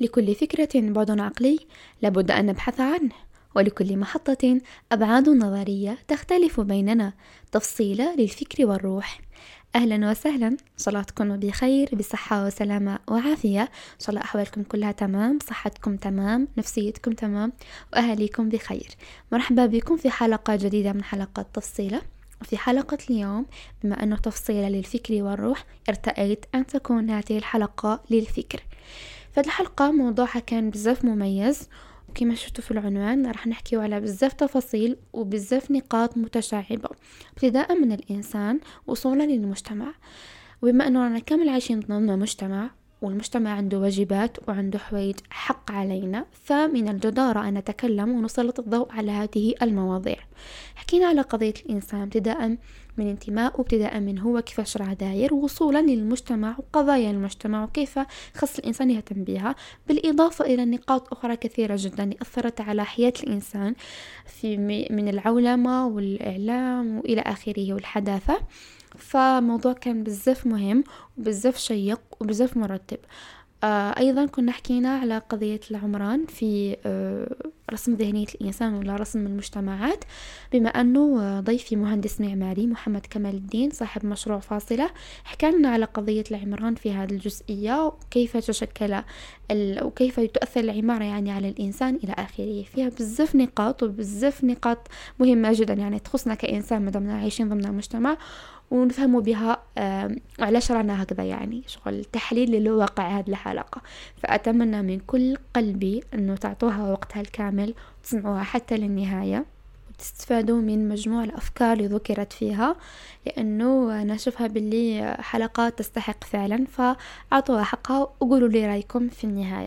لكل فكرة بعد عقلي لابد أن نبحث عنه، ولكل محطة أبعاد نظرية تختلف بيننا، تفصيلة للفكر والروح. أهلا وسهلا، إن شاء الله تكونوا بخير بصحة وسلامة وعافية، إن شاء الله أحوالكم كلها تمام، صحتكم تمام، نفسيتكم تمام، وأهاليكم بخير. مرحبا بكم في حلقة جديدة من حلقات تفصيلة. وفي حلقة اليوم، بما أنه تفصيلة للفكر والروح، ارتأيت أن تكون هذه الحلقة للفكر. فهذه الحلقة موضوعها كان بزاف مميز، وكما شفتوا في العنوان راح نحكي على بزاف تفاصيل وبزاف نقاط متشعبة، ابتداء من الإنسان وصولا للمجتمع. وبما أنه رانا كامل عايشين ضمن مجتمع، والمجتمع عنده واجبات وعنده حوايج حق علينا، فمن الجدارة أن نتكلم ونسلط الضوء على هذه المواضيع. حكينا على قضية الإنسان ابتداء من انتماء، وابتداء من هو كيفاش راه داير، وصولا للمجتمع وقضايا المجتمع وكيف خص الإنسان يهتم بها، بالإضافة إلى نقاط أخرى كثيرة جدا أثرت على حياة الإنسان من العولمة والإعلام وإلى آخره والحداثة. فموضوع كان بزاف مهم وبزاف شيق وبزاف مرتب. أيضا كنا حكينا على قضية العمران في رسم ذهنية الإنسان ولا رسم المجتمعات، بما أنه ضيفي مهندس معماري محمد كمال الدين صاحب مشروع فاصلة حكالنا على قضية العمران في هذه الجزئية، وكيف تشكل وكيف تؤثر العمارة يعني على الإنسان إلى آخره. فيها بزاف نقاط وبزاف نقاط مهمة جدا يعني تخصنا كإنسان مدامنا عايشين ضمن مجتمع، ونفهموا بها وعلاش رانا هكذا، يعني شغل تحليل للواقع هذه الحلقة. فأتمنى من كل قلبي أنه تعطوها وقتها الكامل وتسمعوها حتى للنهاية، وتستفادوا من مجموع الأفكار اللي ذكرت فيها، لأنه أنا أشوفها باللي حلقات تستحق فعلا، فأعطوها حقها وقولوا لي رأيكم في النهاية.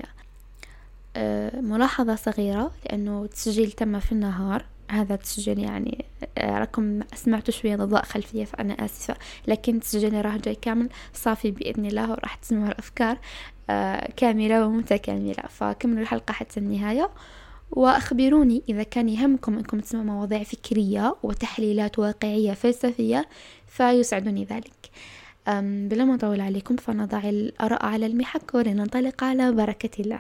ملاحظة صغيرة، لأنه التسجيل تم في النهار، هذا التسجيل يعني راكم سمعتوا شوية ضوضاء خلفية، فأنا آسفة، لكن تسجيلي راه جاي كامل صافي بإذن الله، وراح تسمعوا الأفكار كاملة ومتكاملة. فكملوا الحلقة حتى النهاية، وأخبروني إذا كان يهمكم أنكم تسمعوا مواضيع فكرية وتحليلات واقعية فلسفية، فيسعدني ذلك. بلا ما أطول عليكم، فنضع الآراء على المحك ولننطلق على بركة الله.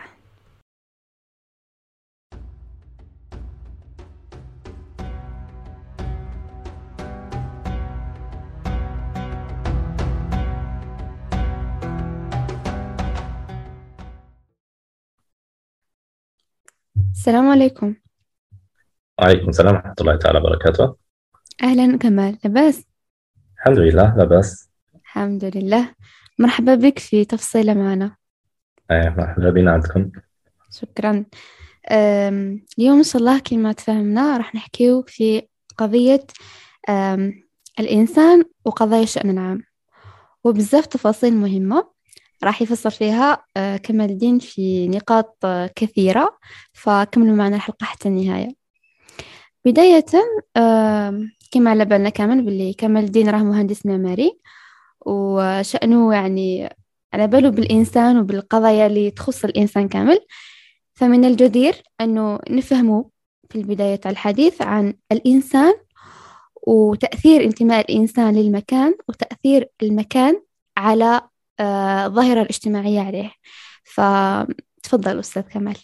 السلام عليكم. وعليكم السلام ورحمة الله تعالى وبركاته. أهلا كمال، لاباس؟ الحمد لله لا بأس. الحمد لله. مرحبا بك في تفصيلة معنا. مرحبا بنا عندكم. شكرا. اليوم إن شاء الله كما تفهمنا راح نحكيو في قضية الإنسان وقضايا الشأن العام، وبزاف تفاصيل مهمة راح يفسر فيها كمال الدين في نقاط كثيرة، فكملوا معنا الحلقة حتى النهاية. بداية كما على بالنا كامل باللي كمال الدين راه مهندس معماري، وشأنه يعني على باله بالإنسان وبالقضايا اللي تخص الإنسان كامل. فمن الجدير أنه نفهمه في البداية الحديث عن الإنسان وتأثير انتماء الإنسان للمكان، وتأثير المكان على الظاهرة الاجتماعية عليه. فتفضل أستاذ كمال.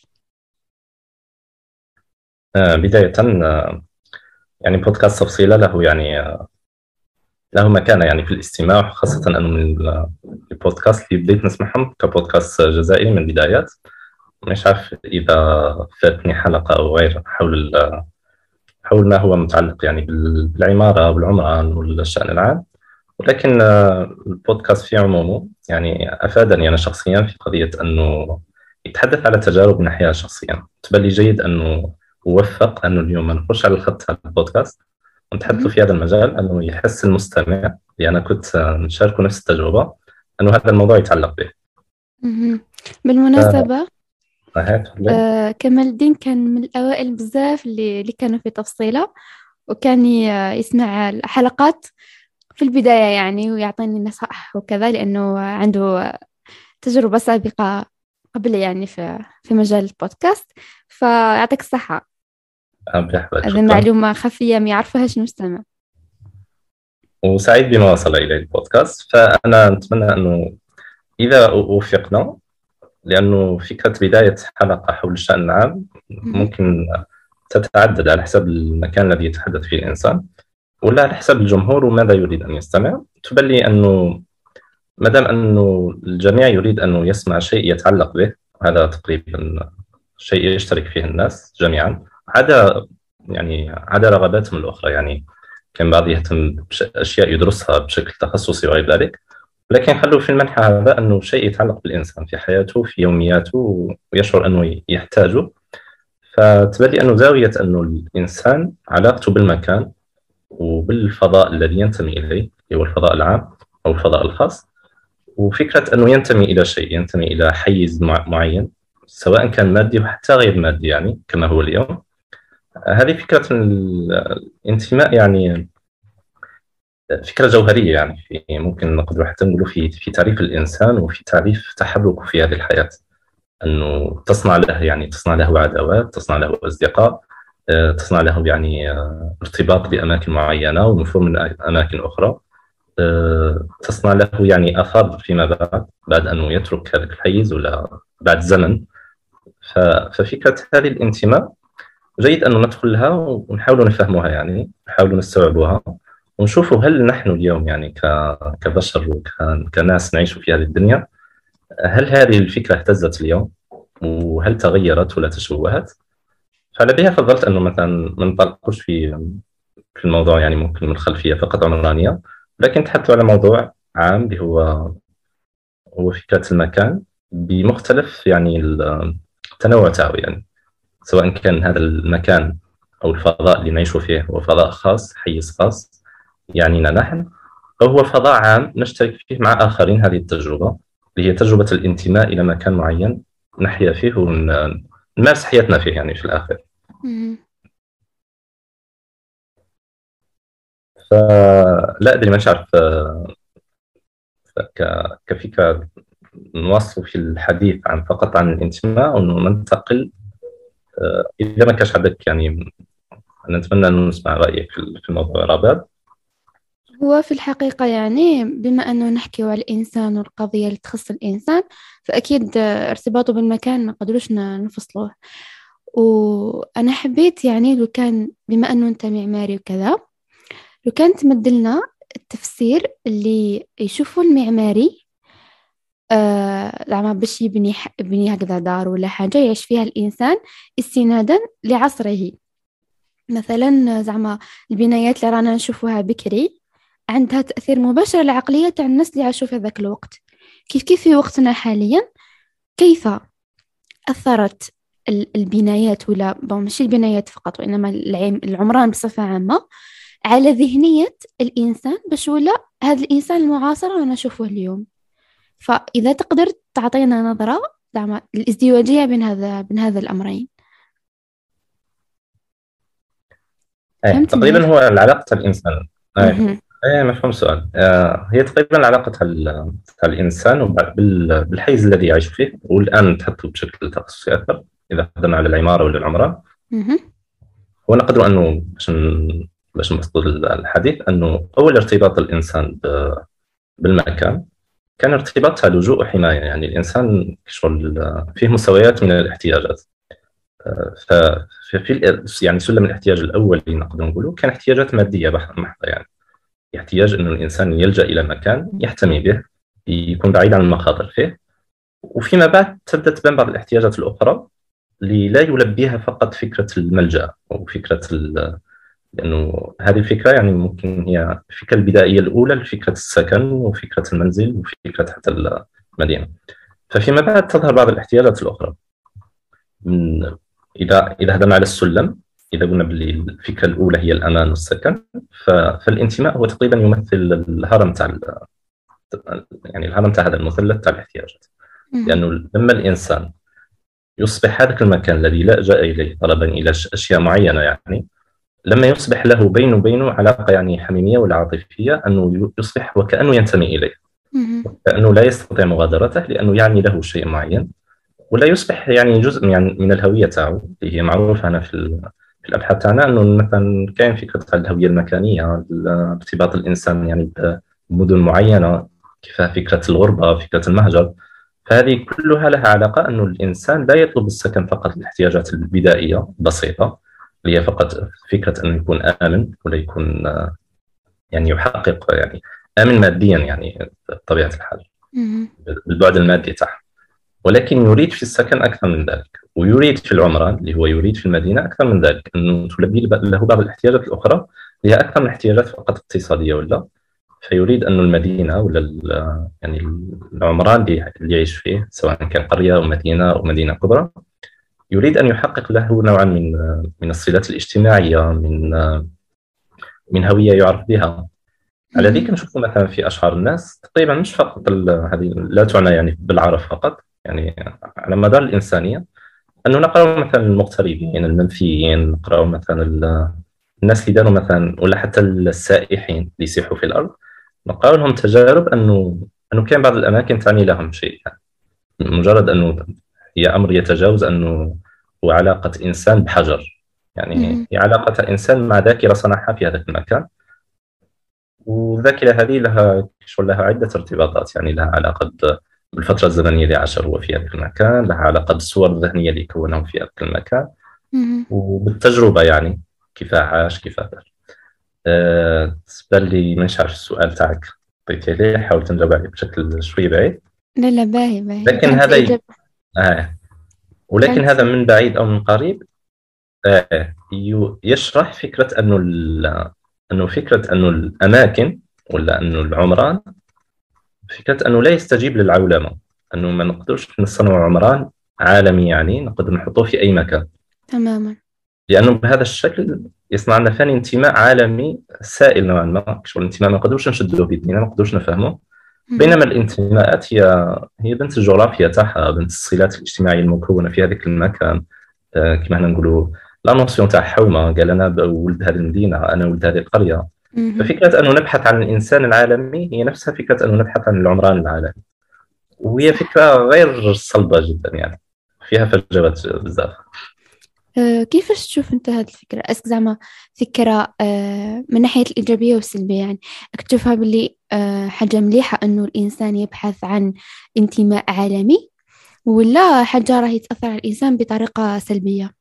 بداية يعني بودكاست تفصيلة له يعني له مكانة يعني في الاستماع، خاصة أنه من البودكاست اللي بديت نسمعهم كبودكاست جزائري من البدايات. مش عارف إذا فاتني حلقة أو غير حول ما هو متعلق يعني بالعمارة والعمران والشأن العام، ولكن البودكاست في عمومه يعني أفادني أنا شخصيا في قضية أنه يتحدث على تجارب من الحياة الشخصية. تبالي جيد أنه وفق أنه اليوم نخش على الخط هذا البودكاست ونتحدث في هذا المجال، أنه يحس المستمع اللي أنا كنت نشاركه نفس التجربة أنه هذا الموضوع يتعلق به. بالمناسبة كمال الدين كان من الأوائل بزاف اللي كانوا في تفصيلة، وكان يسمع الحلقات في البداية يعني، ويعطيني نصائح وكذا، لأنه عنده تجربة سابقة قبل يعني في مجال البودكاست. فيعطيك الصحة، هذه معلومة خفية ما يعرفهاش المستمع. وسعيد بما وصل إليه البودكاست. فأنا أتمنى أنه إذا وفقنا لأنه فكرة بداية حلقة حول الشأن العام ممكن تتعدد على حسب المكان الذي يتحدث فيه الإنسان، ولا على حسب الجمهور وماذا يريد أن يستمع. تبان لي أنه مادام أنه الجميع يريد أن يسمع شيء يتعلق به، هذا تقريبا شيء يشترك فيه الناس جميعا، عدا رغباتهم الأخرى. يعني كان بعض يهتم بأشياء يدرسها بشكل تخصصي وغير ذلك، لكن خلوا في المنحى هذا أنه شيء يتعلق بالإنسان في حياته في يومياته ويشعر أنه يحتاجه. فتبان لي أنه زاوية أنه الإنسان علاقته بالمكان وبالفضاء الذي ينتمي إليه، هو الفضاء العام أو الفضاء الخاص، وفكرة أنه ينتمي إلى شيء، ينتمي إلى حيز معين سواء كان مادي وحتى غير مادي، يعني كما هو اليوم. هذه فكرة الانتماء، يعني فكرة جوهرية، يعني ممكن نقدر حتى نقول في تعريف الإنسان وفي تعريف تحركه في هذه الحياة، أنه تصنع له، يعني تصنع له عداوات، تصنع له أصدقاء، تصنع له يعني ارتباط بأماكن معينة ونفور من أماكن أخرى، تصنع له يعني آثار فيما بعد أنه يترك هذا الحيز ولا بعد زمن. ففكرة هذه الانتماء جيد أن ندخل لها ونحاول نفهمها، يعني نحاول نستوعبها ونشوف هل نحن اليوم يعني كبشر وكناس نعيش في هذه الدنيا، هل هذه الفكرة اهتزت اليوم وهل تغيرت ولا تشوهت. فعلى بها فضلت أنه مثلا ما نطلقش في الموضوع، يعني ممكن من خلفية فقط عمرانية، لكن تحدث على موضوع عام اللي هو فكرة المكان بمختلف يعني التنوع تاعو، يعني سواء كان هذا المكان أو الفضاء اللي نعيش فيه هو فضاء خاص، حيز خاص يعنينا نحن، أو هو فضاء عام نشترك فيه مع آخرين هذه التجربة، اللي هي تجربة الانتماء إلى مكان معين نحيا فيه ونمارس حياتنا فيه يعني في الآخر. فلا أدري، ما أعرف كفكرة نواصل في الحديث عن فقط عن الانتماء، أو ننتقل إذا ما كانش عندك، يعني نتمنى أن نسمع رأيك في الموضوع رباب. هو في الحقيقة يعني بما أنه نحكي على الإنسان والقضية اللي تخص الإنسان، فأكيد ارتباطه بالمكان ما قدروش نفصله. وأنا حبيت يعني لو كان بما أنه أنت معماري وكذا، لو كان تمدلنا التفسير اللي يشوفه المعماري زعما باش يبني هكذا دار ولا حاجة يعيش فيها الإنسان استنادا لعصره. مثلا زعما البنايات اللي رانا نشوفوها بكري عندها تأثير مباشر على العقلية تاع الناس اللي عاشوا في ذاك الوقت. كيف في وقتنا حاليا، كيف أثرت البنايات، ولا مش البنايات فقط وإنما العمران بصفة عامة، على ذهنية الإنسان باش ولا هذا الإنسان المعاصر رانا نشوفه اليوم. فإذا تقدر تعطينا نظرة زعما الازدواجية بين هذا الأمرين. تقريبا هو العلاقة الإنسان. مفهوم السؤال. هي تقريبا العلاقة الإنسان بالحيز الذي يعيش فيه، والآن تحطه بشكل تخصصي أكثر إذا خدمنا على العمارة ولا العمران. ونقدر أنه باش نبسط الحديث، أنه أول ارتباط الإنسان بالمكان كان ارتباط لجوء وحماية. يعني الإنسان فيه مستويات من الاحتياجات. ففي يعني سلم الاحتياج الأول اللي نقدر نقوله كان احتياجات مادية محضة، يعني يحتاج أنه الإنسان يلجأ إلى مكان يحتمي به، يكون بعيد عن المخاطر فيه. وفيما بعد تبدأ تبان بعض الاحتياجات الأخرى اللي لا يلبيها فقط فكرة الملجأ أو فكرة لأنه هذه الفكرة يعني ممكن هي الفكرة البدائية الأولى لفكرة السكن وفكرة المنزل وفكرة حتى المدينة. ففيما بعد تظهر بعض الاحتياجات الأخرى. إذا هدمنا على السلم، إذا قلنا باللي الفكرة الأولى هي الأمان والسكن، فالانتماء هو تقريبا يمثل الهرم تاع يعني الهرم تاع هذا المثلث تاع الاحتياجات. لأنه لما الإنسان يصبح هذا المكان الذي لجأ إليه طلبا إلى أشياء معينة، يعني لما يصبح له بينه وبينه علاقة يعني حميمية ولا عاطفية، أنه يصبح وكأنه ينتمي إليه، كأنه لا يستطيع مغادرته لأنه يعني له شيء معين، ولا يصبح يعني جزء يعني من الهوية تاعو اللي هي معروفة هنا في الأبحاث تاعنا. أنه مثلا كاين فكرة الهوية المكانية، ارتباط الإنسان يعني بمدن معينة، كيف فكرة الغربة، فكرة المهجر. فهذه كلها لها علاقة أنه الإنسان لا يطلب السكن فقط للاحتياجات البدائية بسيطة، اللي هي فقط فكرة أنه يكون آمن ولا يكون يعني يحقق يعني آمن ماديا يعني بطبيعة الحال بالبعد المادي تاعه، ولكن يريد في السكن أكثر من ذلك، ويريد في العمران اللي هو يريد في المدينة أكثر من ذلك، أنه تلبي له بعض الاحتياجات الأخرى اللي هي أكثر من احتياجات فقط اقتصادية ولا. فيريد أن المدينة ولا يعني العمران اللي يعيش فيه، سواء كان قرية أو مدينة أو مدينة كبرى، يريد أن يحقق له نوعا من الصلات الاجتماعية، من هوية يعرف بها. على ذلك نشوف مثلا في أشعار الناس تقريبا مش فقط هذه لا تعنى يعني بالعرب فقط، يعني على مدار الإنسانية، أنه نقرأ مثلا المغتربين المنفيين، نقرأ مثلا الناس اللي داروا مثلا، ولا حتى السائحين اللي يسيحوا في الأرض، نقرأ لهم تجارب أنه كان بعض الأماكن تعني لهم شيء، يعني مجرد أنه هي أمر يتجاوز أنه هو علاقة إنسان بحجر، يعني هي علاقة إنسان مع ذاكرة صنعها في هذا المكان، والذاكرة هذه لها عدة ارتباطات، يعني لها علاقة بالفترة الزمنية اللي عاش هو في هذا المكان، لها علاقة بالصور الذهنية اللي كونهم في هذا المكان، وبالتجربة يعني كيف عاش كيف دار. بالنسبة لي مانيش عارف السؤال تاعك عطيتي ليه، حاولت نجاوب عليه بشكل شوي بعيد. لا باهي لكن هذا ولكن هذا من بعيد أو من قريب يشرح فكرة أنه فكرة أنه الأماكن ولا أنه العمران، فكرة أنه لا يستجيب للعولمة، أنه ما نقدرش نصنع عمران عالمي، يعني نقدر نحطوه في أي مكان تماما، لأنه بهذا الشكل يصنع لنا ثاني انتماء عالمي سائل نوعا ما، شغل الانتماء ما نقدروش نشدوه بيدينا، ما نقدروش نفهمه. بينما الانتماءات هي بنت الجغرافيا تاعها، بنت الصلات الاجتماعية المكونة في هذاك المكان. كما هنا نقولوا لا نوسيون تاع حومه، قال انا ولد هذه المدينه، انا ولد هذه القريه. ففكره انه نبحث عن الانسان العالمي هي نفسها فكره انه نبحث عن العمران العالمي، وهي فكره غير صلبه جدا، يعني فيها فجوات بزاف. كيفاش تشوف انت هذه الفكره؟ اسك زعما فكره من ناحيه الايجابيه والسلبيه، يعني تشوفها باللي حاجه مليحه انه الانسان يبحث عن انتماء عالمي، ولا حاجه راهي تاثر على الانسان بطريقه سلبيه؟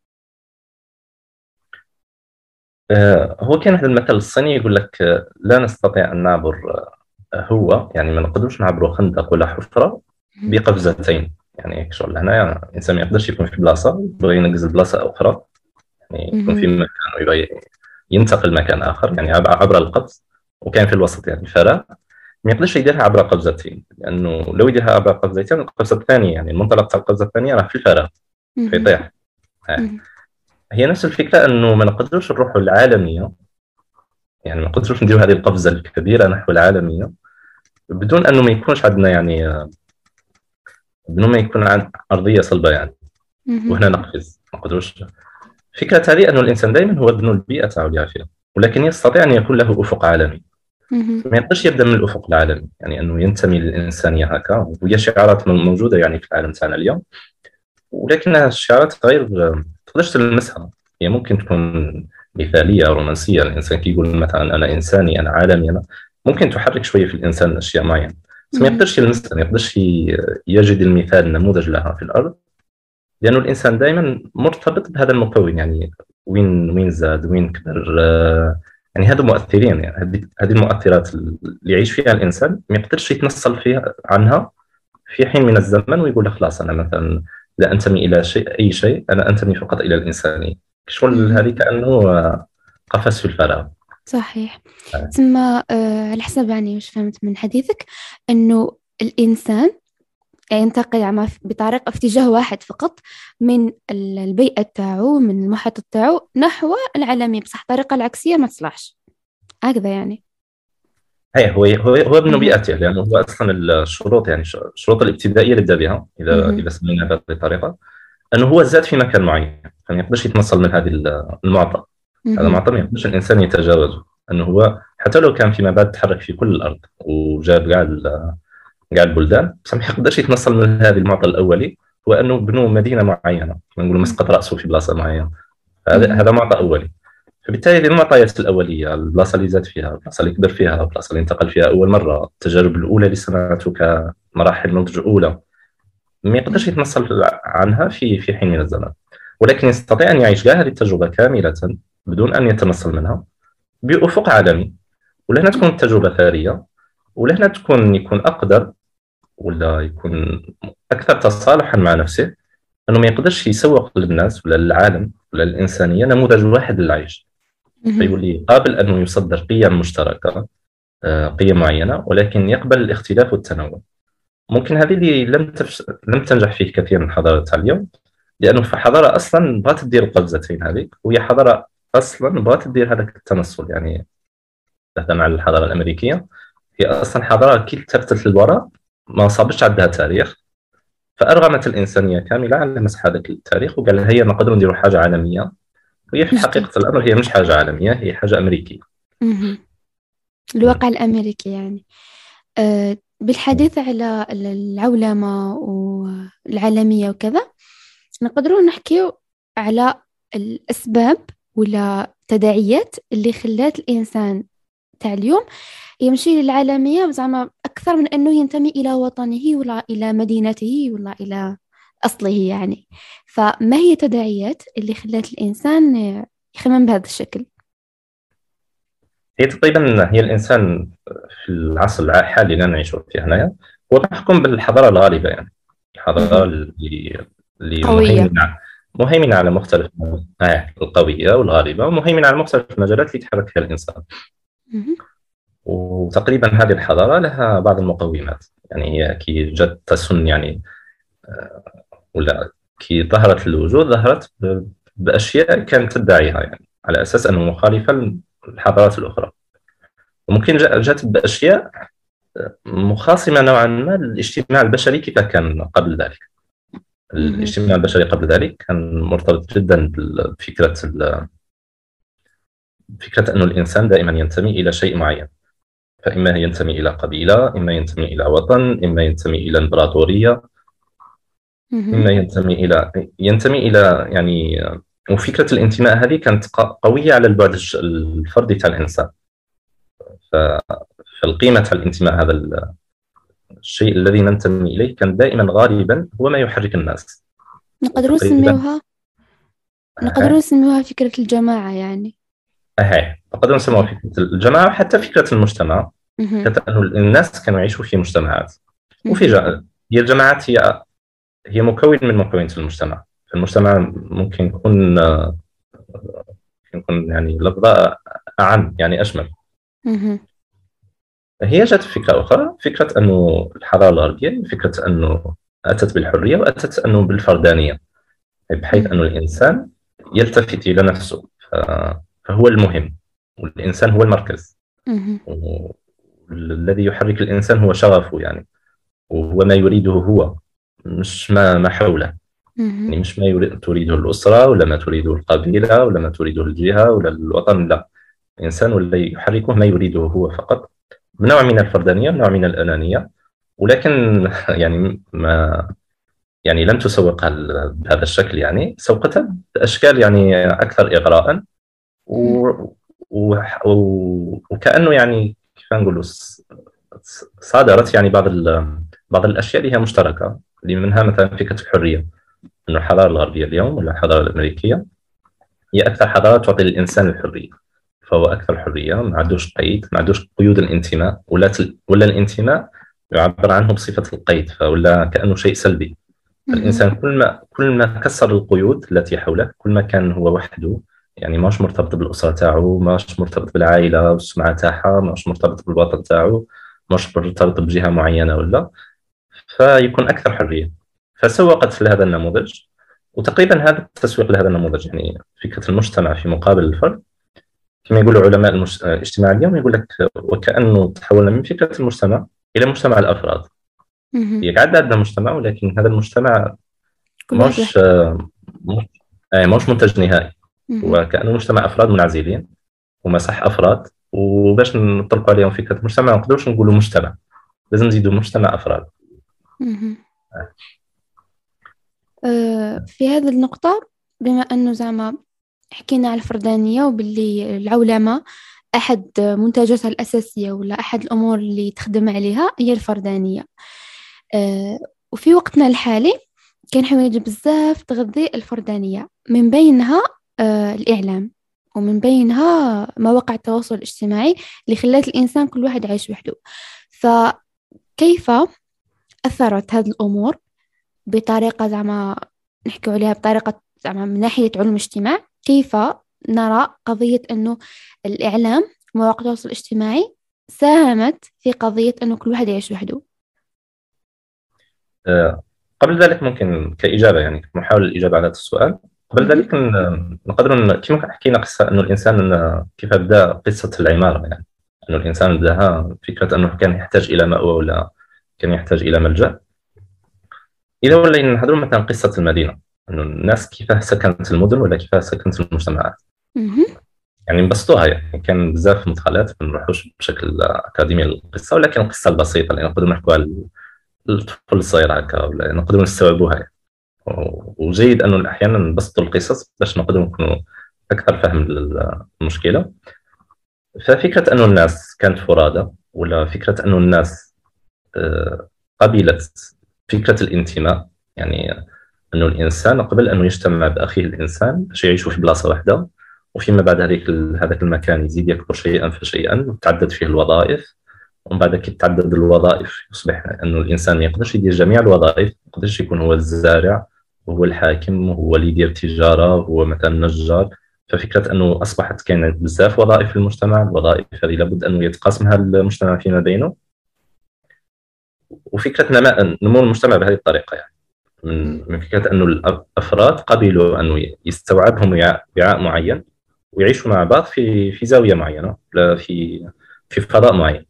هو كان هذا المثل الصيني يقول لك لا نستطيع أن نعبر هو يعني ما نقدرش نعبروا خندق ولا حفرة بقفزتين، يعني شغل هنا يعني الإنسان ما يقدرش يكون في بلاصة يبغى ينقز لبلاصة أخرى، يعني يكون في مكان ويبغى ينتقل مكان آخر، يعني عبر القفز، وكان في الوسط يعني الفراغ، ما يقدرش يديرها عبر قفزتين، لأنه لو يديرها عبر قفزتين القفزة الثانية يعني المنطلق تاع القفزة الثانية راه في الفراغ فيطيح. هي نفس الفكرة أنه ما نقدرش نروحوا العالمية، يعني ما نقدرش نديروا هذه القفزة الكبيرة نحو العالمية بدون أنه ما يكونش عندنا يعني بدون ما يكون عند أرضية صلبة يعني، وهنا نقفز ما نقدروش. فكرة هذه أنه الإنسان دائما هو ابن البيئة تاعو اللي فيها، ولكن يستطيع أن يكون له أفق عالمي، ما يقدرش يبدأ من الأفق العالمي، يعني أنه ينتمي للإنسانية هكا، وهي شعارات موجودة يعني في العالم تاعنا اليوم، ولكنها الشعارات غير تقدرش تلمسها، هي ممكن تكون مثاليه رومانسيه، الانسان كيقول مثلا انا انساني انا عالمي، انا ممكن تحرك شويه في الانسان اشياء معينه، بس ما يقدرش يلمسها، ما يقدرش يجد المثال النموذج لها في الارض، لانه الانسان دائما مرتبط بهذا المكون، يعني وين زاد وين كبر، يعني هذا مؤثرين، يعني هذه المؤثرات اللي يعيش فيها الانسان ما يقدرش يتنصل فيها عنها في حين من الزمن ويقول خلاص انا مثلا لا انتمي الى اي شيء، انا انتمي فقط الى الانسانيه، شغل هذه كانه قفز في الفراغ. صحيح. ثم على حسب يعني وش فهمت من حديثك انه الانسان ينتقل بطريقة في اتجاه واحد فقط من البيئة تاعو، من المحيط تاعو نحو العالمي، بصح الطريقة العكسية ما تصلحش هكذا يعني. هي هو ابن بيئته، لانه هو اصلا الشروط، يعني الشروط الابتدائيه اللي بدا بها اذا سمينا بهذه الطريقه، انه هو زاد في مكان معين، فما يقدرش يتنصل من هذه المعطى، هذا معطى ما يقدرش الانسان يتجاوزه، انه هو حتى لو كان فيما بعد تحرك في كل الارض وجاب كاع البلدان، بس ما يقدرش يتنصل من هذه المعطى الاولي، هو انه بنوا مدينه معينه، كما نقولوا مسقط راسه في بلاصه معينه، هذا معطى اولي. فبالتالي هذه المعطيات الاوليه، البلاصه اللي زاد فيها، البلاصه اللي كبر فيها، البلاصه اللي انتقل فيها اول مره، التجارب الاولى اللي صنعته كمراحل نضج اولى، ما يقدرش يتنصل عنها في حين من الزمن، ولكن يستطيع أن يعيش كاع هذه التجربة كاملة بدون أن يتنصل منها بأفق عالمي. ولهنا تكون التجربة ثرية، ولهنا يكون أقدر ولا يكون أكثر تصالحا مع نفسه، أنه ما يقدرش يسوق للناس ولا للعالم ولا للإنسانية نموذج واحد للعيش، فيولي قابل أنه يصدر قيم مشتركة، قيم معينة، ولكن يقبل الاختلاف والتنوع. ممكن هذه اللي لم تنجح فيه كثير من حضارات تاع اليوم، لأنه في حضارة أصلا بغات تدير القفزتين هذيك، وهي حضارة أصلا بغات تدير هذاك التنصل. يعني تهدى مع الحضارة الأمريكية، هي أصلا حضارة كي ترتلت للوراء ما صابتش عندها تاريخ، فأرغمت الإنسانية كاملة على مسح هذاك التاريخ وقال هي نقدروا نديروا حاجة عالمية، وهي في جدا. حقيقة الأمر هي مش حاجة عالمية، هي حاجة أمريكية. الواقع الأمريكي يعني. بالحديث على العولمة والعالمية وكذا، نقدروا نحكي على الأسباب ولا تداعيات اللي خلات الإنسان تاع اليوم يمشي للعالمية زعما أكثر من أنه ينتمي إلى وطنه ولا إلى مدينته ولا إلى أصله يعني. فما هي التداعيات اللي خلات الإنسان يخمم بهذا الشكل؟ هي تقريبا هي الإنسان في العصر الحالي اللي نعيش فيه هنايا هو محكوم بالحضارة الغالبة، يعني الحضارة مهم. اللي قوية. مهيمنة على مختلف القوية والغالبة، ومهيمنة على مختلف المجالات اللي يتحرك فيها الإنسان. مهم. وتقريبا هذه الحضارة لها بعض المقومات، يعني هي كي جت تسن يعني ولا كي ظهرت الوجود ظهرت بأشياء كانت تدعيها، يعني على أساس أنه مخالفة للحضارات الأخرى، وممكن جات بأشياء مخاصمة نوعا ما للاجتماع البشري كيف كان قبل ذلك. مهم. الاجتماع البشري قبل ذلك كان مرتبط جدا بفكرة فكرة أن الإنسان دائما ينتمي إلى شيء معين، فإما ينتمي إلى قبيلة، إما ينتمي إلى وطن، إما ينتمي إلى إمبراطورية، مهم. إما ينتمي إلى يعني. وفكرة الانتماء هذه كانت قوية على البعد الفردي تاع الإنسان. فالقيمة تاع الانتماء هذا الشيء الذي ننتمي إليه كان دائما غالبا هو ما يحرك الناس. نقدروا وتقريبا نسميوها نقدروا نسميوها فكرة الجماعة يعني. نقدر نسموها مهم. فكرة الجماعة، وحتى فكرة المجتمع. مهم. فكرة أن الناس كانوا يعيشوا في مجتمعات، وفي مهم. هي الجماعات هي مكون من مكونات المجتمع. فالمجتمع ممكن يكون يعني لفظة أعم، يعني أشمل. مهم. هي جات فكرة أخرى، فكرة أنه الحضارة الغربية فكرة أنه أتت بالحرية وأتت أنه بالفردانية، بحيث أن مهم. الإنسان يلتفت إلى نفسه، فهو المهم، والإنسان هو المركز، مهم. والذي يحرك الإنسان هو شغفه يعني، وهو ما يريده هو، مش ما حوله. مهم. يعني مش ما تريده الأسرة ولا ما تريده القبيلة ولا ما تريده الجهة ولا الوطن، لا، الإنسان والذي يحركه ما يريده هو فقط، بنوع من الفردانية، نوع من الأنانية. ولكن يعني ما يعني لم تسوقها بهذا الشكل، يعني سوقتها بأشكال يعني أكثر إغراء، و... وكأنه يعني كيف نقولوا صادرت يعني بعض الأشياء اللي هي مشتركة، اللي منها مثلا فكرة الحرية. أن الحضارة الغربية اليوم ولا الحضارة الأمريكية هي أكثر حضارة تعطي للإنسان الحرية، فهو أكثر حرية، ما عندوش قيد، ما عندوش قيود الانتماء، ولا الانتماء يعبر عنه بصفة القيد، فولا كأنه شيء سلبي. مهم. الإنسان كل ما كسر القيود التي حوله، كل ما كان هو وحده، يعني ماش مرتبط بالأسرة تاعو، ماش مرتبط بالعائلة والسمعة تاعها، ماش مرتبط بالوطن تاعو، ماش مرتبط بجهة معينة ولا، فيكون أكثر حرية. فسوقت لهذا النموذج، وتقريبا هذا التسويق لهذا النموذج يعني فكرة المجتمع في مقابل الفرد، كما يقول علماء الاجتماع اليوم، يقول لك وكأنه تحولنا من فكرة المجتمع إلى مجتمع الأفراد. مهم. هي قاعدة عندنا مجتمع، ولكن هذا المجتمع كل واحد مش وحده. مش مش منتج نهائي، مهم. هو كأنه مجتمع أفراد منعزلين ومسح أفراد. وباش نطلقوا عليهم فكرة مجتمع ما نقدروش نقولوا مجتمع، لازم نزيدوا مجتمع أفراد. مهم. في هذه النقطة، بما أنه زعما حكينا على الفردانية وباللي العولمة أحد منتجاتها الأساسية ولا أحد الأمور اللي تخدم عليها هي الفردانية. وفي وقتنا الحالي كاين حوايج بزاف تغذي الفردانية، من بينها الإعلام، ومن بينها مواقع التواصل الاجتماعي اللي خلت الإنسان كل واحد عايش وحده. فكيف أثرت هذه الأمور بطريقة زعما نحكي عليها بطريقة زعما من ناحية علم الاجتماع، كيف نرى قضية أنه الإعلام ومواقع التواصل الاجتماعي ساهمت في قضية أنه كل واحد يعيش وحده؟ قبل ذلك ممكن كإجابة يعني محاولة الإجابة على هذا السؤال. قبل ذلك نقدر كما حكينا قصة أنه الإنسان كيف بدأ قصة العمارة، يعني أنه الإنسان بدأها فكرة أنه كان يحتاج إلى مأوى ولا كان يحتاج إلى ملجأ. إذا ولينا نحضر مثلا قصة المدينة، أنه الناس كيف سكنت المدن ولا كيف سكنت المجتمعات، يعني نبسطوها. يعني كان بزاف مدخلات ما نروحوش بشكل أكاديمي للقصة، ولكن القصة البسيطة اللي نقدروا نحكوها للطفل الصغير هكا، ولا نقدروا نستوعبوها يعني. وجيد أنه أحيانا نبسطوا القصص باش نقدروا نكونوا أكثر فهم للمشكلة. ففكرة أنه الناس كانت فرادى، ولا فكرة أنه الناس قبلت فكرة الانتماء، يعني أنه الإنسان قبل أنه يجتمع بأخيه الإنسان باش يعيشوا في بلاصة واحدة، وفيما بعد هذاك المكان يزيد يكبر شيئا فشيئا وتعدد فيه الوظائف. ومن بعد كي تعدد الوظائف يصبح أنه الإنسان ما يقدرش يدير جميع الوظائف، ما يقدرش يكون هو الزارع وهو الحاكم وهو اللي يدير تجارة وهو مثلا نجار. ففكرة أنه أصبحت كاين بزاف وظائف في المجتمع، الوظائف هذه لابد أنه يتقاسمها المجتمع فيما بينه. وفكرة نمو المجتمع بهذه الطريقة، يعني من فكرة أنه الأفراد قبلوا أنه يستوعبهم وعاء معين ويعيشوا مع بعض في زاوية معينة، لا في فضاء معين.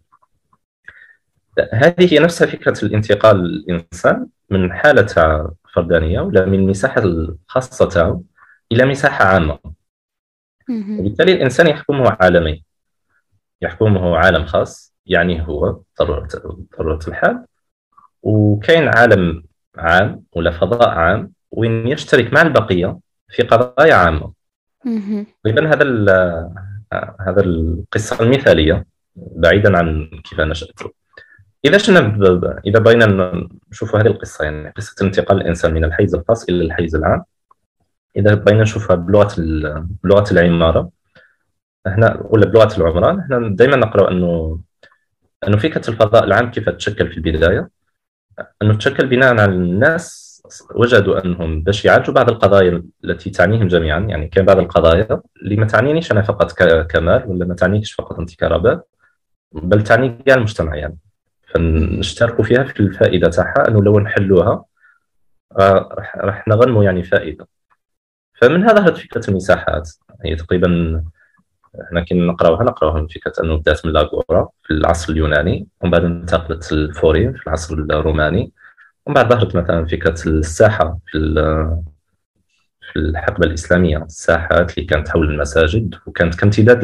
هذه هي نفسها فكرة الانتقال الإنسان من حالة فردانية ولا من مساحة الخاصة تاعو إلى مساحة عامة. وبالتالي الإنسان يحكمه عالمين، يحكمه عالم خاص يعني هو ضرورة الحال، وكاين عالم عام ولا فضاء عام وين يشترك مع البقية في قضايا عامة. إذن هذا القصة المثالية بعيدا عن كيف نشأته. إذا بغينا نشوفوا هذه القصة، يعني قصة انتقال الإنسان من الحيز الخاص إلى الحيز العام، إذا بغينا نشوفها بلغة العمارة هنا ولا بلغة العمران، هنا دائما نقرأ أنه فكرة الفضاء العام كيف تشكل في البداية، أنه تشكل بناء على الناس وجدوا أنهم باش يعالجوا بعض القضايا التي تعنيهم جميعا. يعني كان بعض القضايا اللي ما تعنينيش أنا فقط كمال، ولا ما تعنيش فقط أنت كربات، بل تعني كاع المجتمع يعني. فنشتركوا فيها في الفائدة تاعها، أنه لو نحلوها راح نغنموا يعني فائدة. فمن هذا ظهرت فكرة المساحات. هي تقريبا احنا كي نقراوها من فكرة أنه بدات من لاغورا في العصر اليوناني، ومن بعد انتقلت للفورين في العصر الروماني، ومن بعد ظهرت مثلا فكرة الساحة في الحقبة الإسلامية، الساحات اللي كانت حول المساجد وكانت كامتداد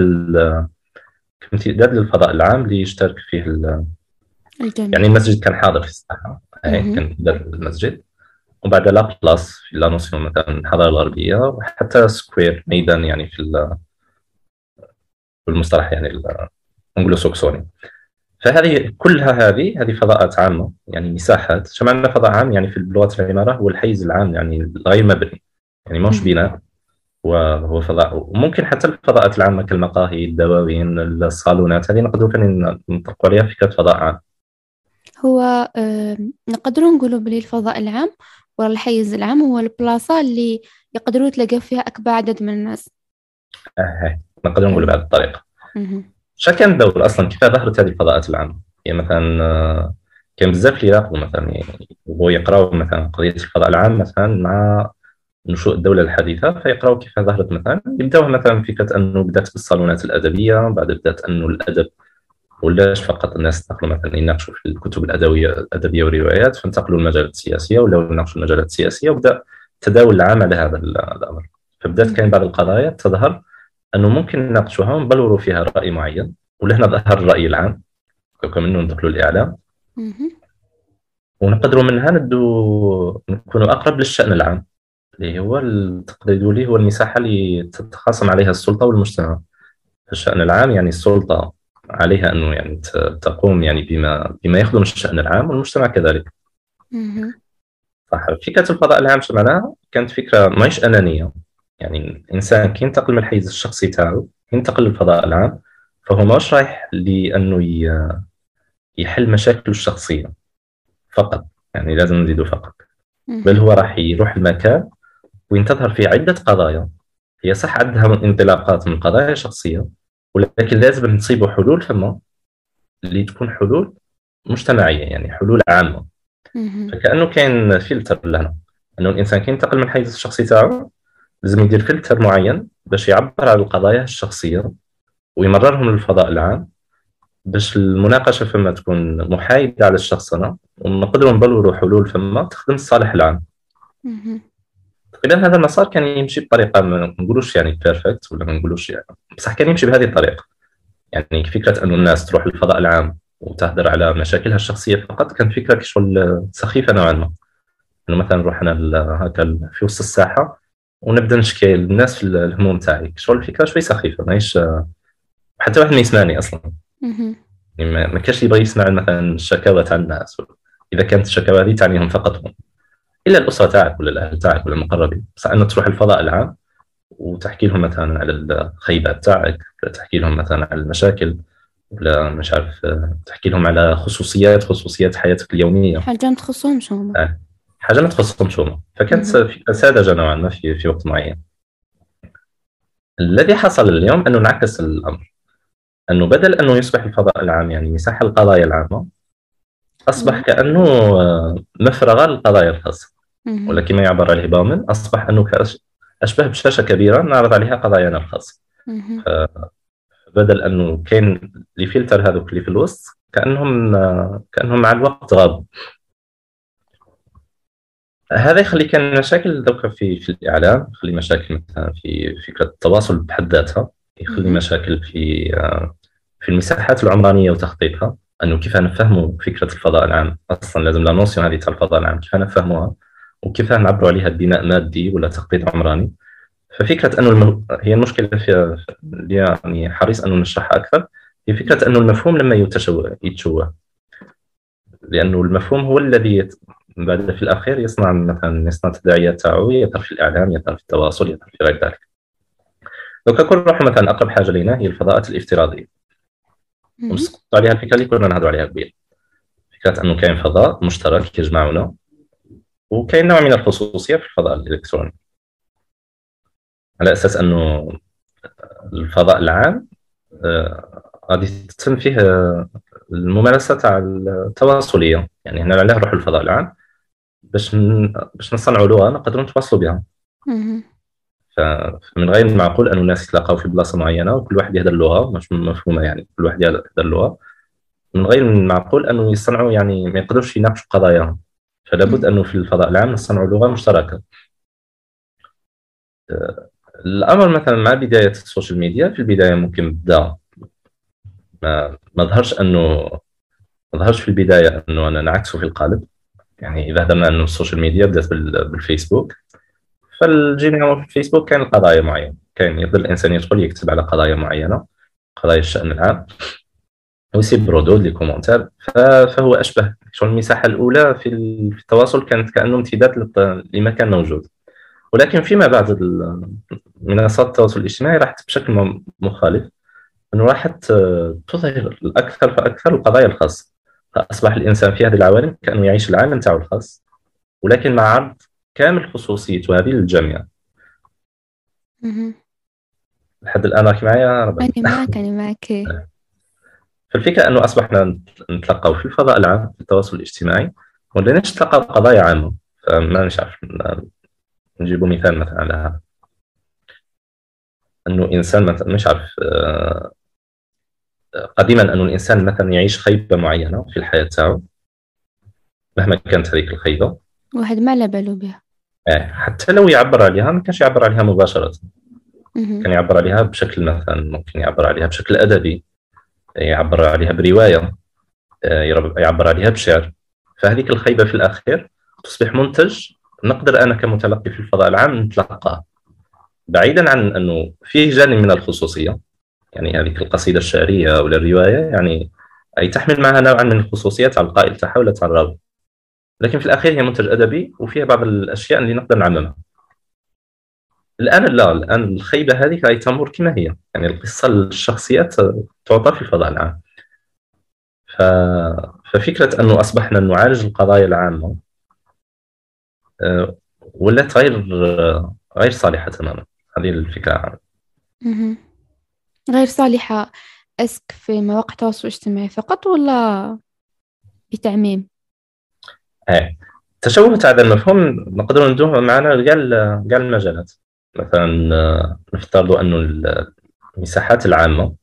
للفضاء العام اللي يشترك فيه الجميع. يعني المسجد كان حاضر في الساحة، كان المسجد. وبعد لا بلاص في لا نوسيون مثلا الحضارة الغربية، وحتى سكوير ميدان يعني في المصطلح يعني الانجلو سوكسوني. فهذه كلها هذه فضاءات عامة، يعني مساحات. شمعنا فضاء عام يعني في لغة العمارة هو الحيز العام، يعني غير مبني، يعني مش بناء، وهو فضاء. وممكن حتى الفضاءات العامة كالمقاهي، الدواوين، الصالونات، هذه نقدروا نطلقوا عليها فكرة فضاء عام. هو نقدروا نقولوا بلي الفضاء العام ولا الحيز العام هو البلاصة اللي يقدروا تلاقوا فيها أكبر عدد من الناس. نقدر نقول بهذه الطريقة. شا كان الدور أصلا كيف ظهرت هذه الفضاءات العامة؟ يعني مثلا كان بزاف اللي يراقبوا مثلا ويقراوا مثلا قضية الفضاء العام مثلا مع نشوء الدولة الحديثة، فيقراوا كيف ظهرت. مثلا يبداو مثلا فكرة أنه بدأت بالصالونات الأدبية، بعد بدأت أنه الأدب ولاش فقط الناس ينتقلوا مثلا يناقشوا في الكتب الأدبية والروايات، فانتقلوا للمجالات السياسية ولا يناقشوا المجالات السياسية، وبدأ تداول العام على هذا الأمر. فبدأت كاين بعض القضايا تظهر أنه ممكن نناقشوها ونبلوروا فيها رأي معين، ولهنا ظهر الرأي العام كمنه ندخلوا الإعلام، ونقدروا منها نكونوا أقرب للشأن العام اللي هو تقدروا لي هو المساحة اللي تتخاصم عليها السلطة والمجتمع. الشأن العام يعني السلطة عليها أنه يعني تقوم يعني بما يخدم الشأن العام، والمجتمع كذلك. صح. فكرة الفضاء العام شو معناها؟ كانت فكرة ماهيش أنانية. يعني الإنسان كي ينتقل من الحيز الشخصي تاعو ينتقل للفضاء العام، فهو ماهوش رايح لأنه يحل مشاكله الشخصية فقط، يعني لازم نزيدوا فقط، بل مهم. هو راح يروح المكان وين تظهر فيه عدة قضايا. هي صح عندها انطلاقات من قضايا شخصية، ولكن لازم نصيبوا حلول فما اللي تكون حلول مجتمعية، يعني حلول عامة. مهم. فكأنه كاين فلتر لهنا، أنه الإنسان كي ينتقل من الحيز الشخصي تاعو لازم يدير فلتر معين باش يعبر على القضايا الشخصية ويمررهم للفضاء العام، باش المناقشة فما تكون محايدة على الشخص أنا، ونقدروا نبلوروا حلول فما تخدم الصالح العام. مهم. تقريبا هذا المسار كان يمشي بطريقة ما نقولوش يعني بيرفكت ولا ما نقولوش يعني، بصح كان يمشي بهذه الطريقة. يعني فكرة أنه الناس تروح للفضاء العام وتهدر على مشاكلها الشخصية فقط كان فكرة كشغل سخيفة نوعا ما. انه مثلا نروح انا هكا في وسط الساحه ونبدا نشكي للناس في الهموم تاعي، شغل الفكره شوي سخيفه ماهيش حتى واحد ما يسمعني اصلا. مهم. يعني ما كاش يبغى يسمع مثلا الشكاوى تاع الناس، اذا كانت الشكاوى هذه تعنيهم فقط هم، الا الاسره تاعك ولا الاهل تاعك ولا المقربين. بس انه تروح الفضاء العام وتحكي لهم مثلا على الخيبات تاعك، ولا تحكي لهم مثلا على المشاكل، ولا مش عارف تحكي لهم على خصوصيات حياتك اليوميه. حاجة ما تخصهمش هما. حاجه ما تخصهمش هما. فكانت مهم. فكره ساذجه نوعا ما في وقت معين. الذي حصل اليوم أنه انعكس الأمر، أنه بدل أنه يصبح الفضاء العام يعني مساحة القضايا العامة، أصبح مهم. كأنه مفرغة للقضايا الخاصة، ولا مهم. كما يعبر عليه باومن أصبح أنه أشبه بشاشة كبيرة نعرض عليها قضايانا الخاصة. مهم. فبدل أنه كان اللي فلتر هذوك اللي في الوسط كأنهم مع الوقت غابوا. هذا يخلي كان مشاكل دوكا في الإعلام، يخلي مشاكل مثلا في فكرة التواصل بحد ذاتها، يخلي مهم. مشاكل في المساحات العمرانيه وتخطيطها، انه كيف نفهموا فكره الفضاء العام اصلا. لازم لا نوسيون هذه تاع الفضاء العام كيف نفهموها وكيف نعبروا عليها ببناء مادي ولا تخطيط عمراني. ففكره انه هي المشكله اللي يعني حريص انه نشرحها اكثر، هي فكره انه المفهوم لما يتشوه، لانه المفهوم هو الذي بعد في الاخير يصنع التداعيات تاعو، يظهر في الاعلام، يظهر في التواصل، يظهر في غير ذلك. لو كنروح مثلا اقرب حاجه لنا هي الفضاءات الافتراضيه، مهم. ونسقط عليها الفكره اللي كنا نهضروا عليها قبل، فكره انه كاين فضاء مشترك يجمعنا، وكاين نوع من الخصوصيه في الفضاء الالكتروني، على اساس انه الفضاء العام غادي تتم فيه الممارسه تاع التواصليه. يعني هنا علاه نروحوا للفضاء العام باش نصنعوا لغه نقدروا نتواصلوا بها. مهم. فمن غير المعقول أن الناس يتلاقاو في بلاصه معينه وكل واحد يهدر اللغه مش مفهومه، يعني كل واحد يهدر اللغه. من غير المعقول انه يصنعوا يعني ما يقدرش يناقشوا قضاياهم، فلا بد انه في الفضاء العام نصنعوا لغه مشتركه. الامر مثلا مع بدايه السوشيال ميديا، في البدايه ممكن بدا ما ظهرش ما ظهرش في البدايه انه انا نعكسه في القالب. يعني اذا هضرنا انه السوشيال ميديا بدات بالفيسبوك، فالجميع في الفيسبوك كان قضايا معينه، كان يقدر الانسان يدخل يكتب على قضايا معينه، قضايا الشان العام، ويسيب ردود لي كومنتات. فهو اشبه شو المساحه الاولى في التواصل كانت كانه امتداد لما كان موجود. ولكن فيما بعد منصات التواصل الاجتماعي راحت بشكل مخالف، انه راحت تظهر الاكثر فاكثر القضايا الخاصه. فاصبح الانسان في هذه العوالم كانه يعيش العالم تاعو الخاص، ولكن مع عرض كامل خصوصيته هذه للجميع. مهم. لحد الان راكي معايا ربما؟ أنا معك. فالفكره انه اصبحنا نتلقاو في الفضاء العام في التواصل الاجتماعي، ولا نتلقى قضايا عامه. فما مش عارف نجيب مثال مثلا على هذا، انه انسان مثلا مش عارف قديما انه الانسان مثلا يعيش خيبه معينه في الحياه تاعو، مهما كانت هذيك الخيبه واحد ما على بالو بها. حتى لو يعبر عليها ما كانش يعبر عليها مباشره، مهم. كان يعبر عليها بشكل مثلا ممكن يعبر عليها بشكل ادبي، يعبر عليها بروايه، يعبر عليها بشعر. فهذيك الخيبه في الاخير تصبح منتج نقدر انا كمتلقي في الفضاء العام نتلقاه، بعيدا عن انه فيه جانب من الخصوصيه. يعني هذيك القصيده الشعريه ولا الروايه يعني اي تحمل معها نوعا من الخصوصيات على القائل تاعها ولا تاع الراوي. لكن في الأخير هي منتج أدبي وفيها بعض الأشياء اللي نقدر نعممها. الآن لا، الآن الخيبة هذه راهي تمر كما هي، يعني القصة الشخصيات تعطى في الفضاء العام. ف... ففكرة أنه أصبحنا نعالج القضايا العامة ولات غير صالحة تماما. هذه الفكرة. مهم. غير صالحة أسك في مواقع التواصل الاجتماعي فقط ولا بتعميم؟ إيه، تشوه هذا المفهوم نقدر ندوه معنا كاع المجالات. مثلا نفترض أنه المساحات العامة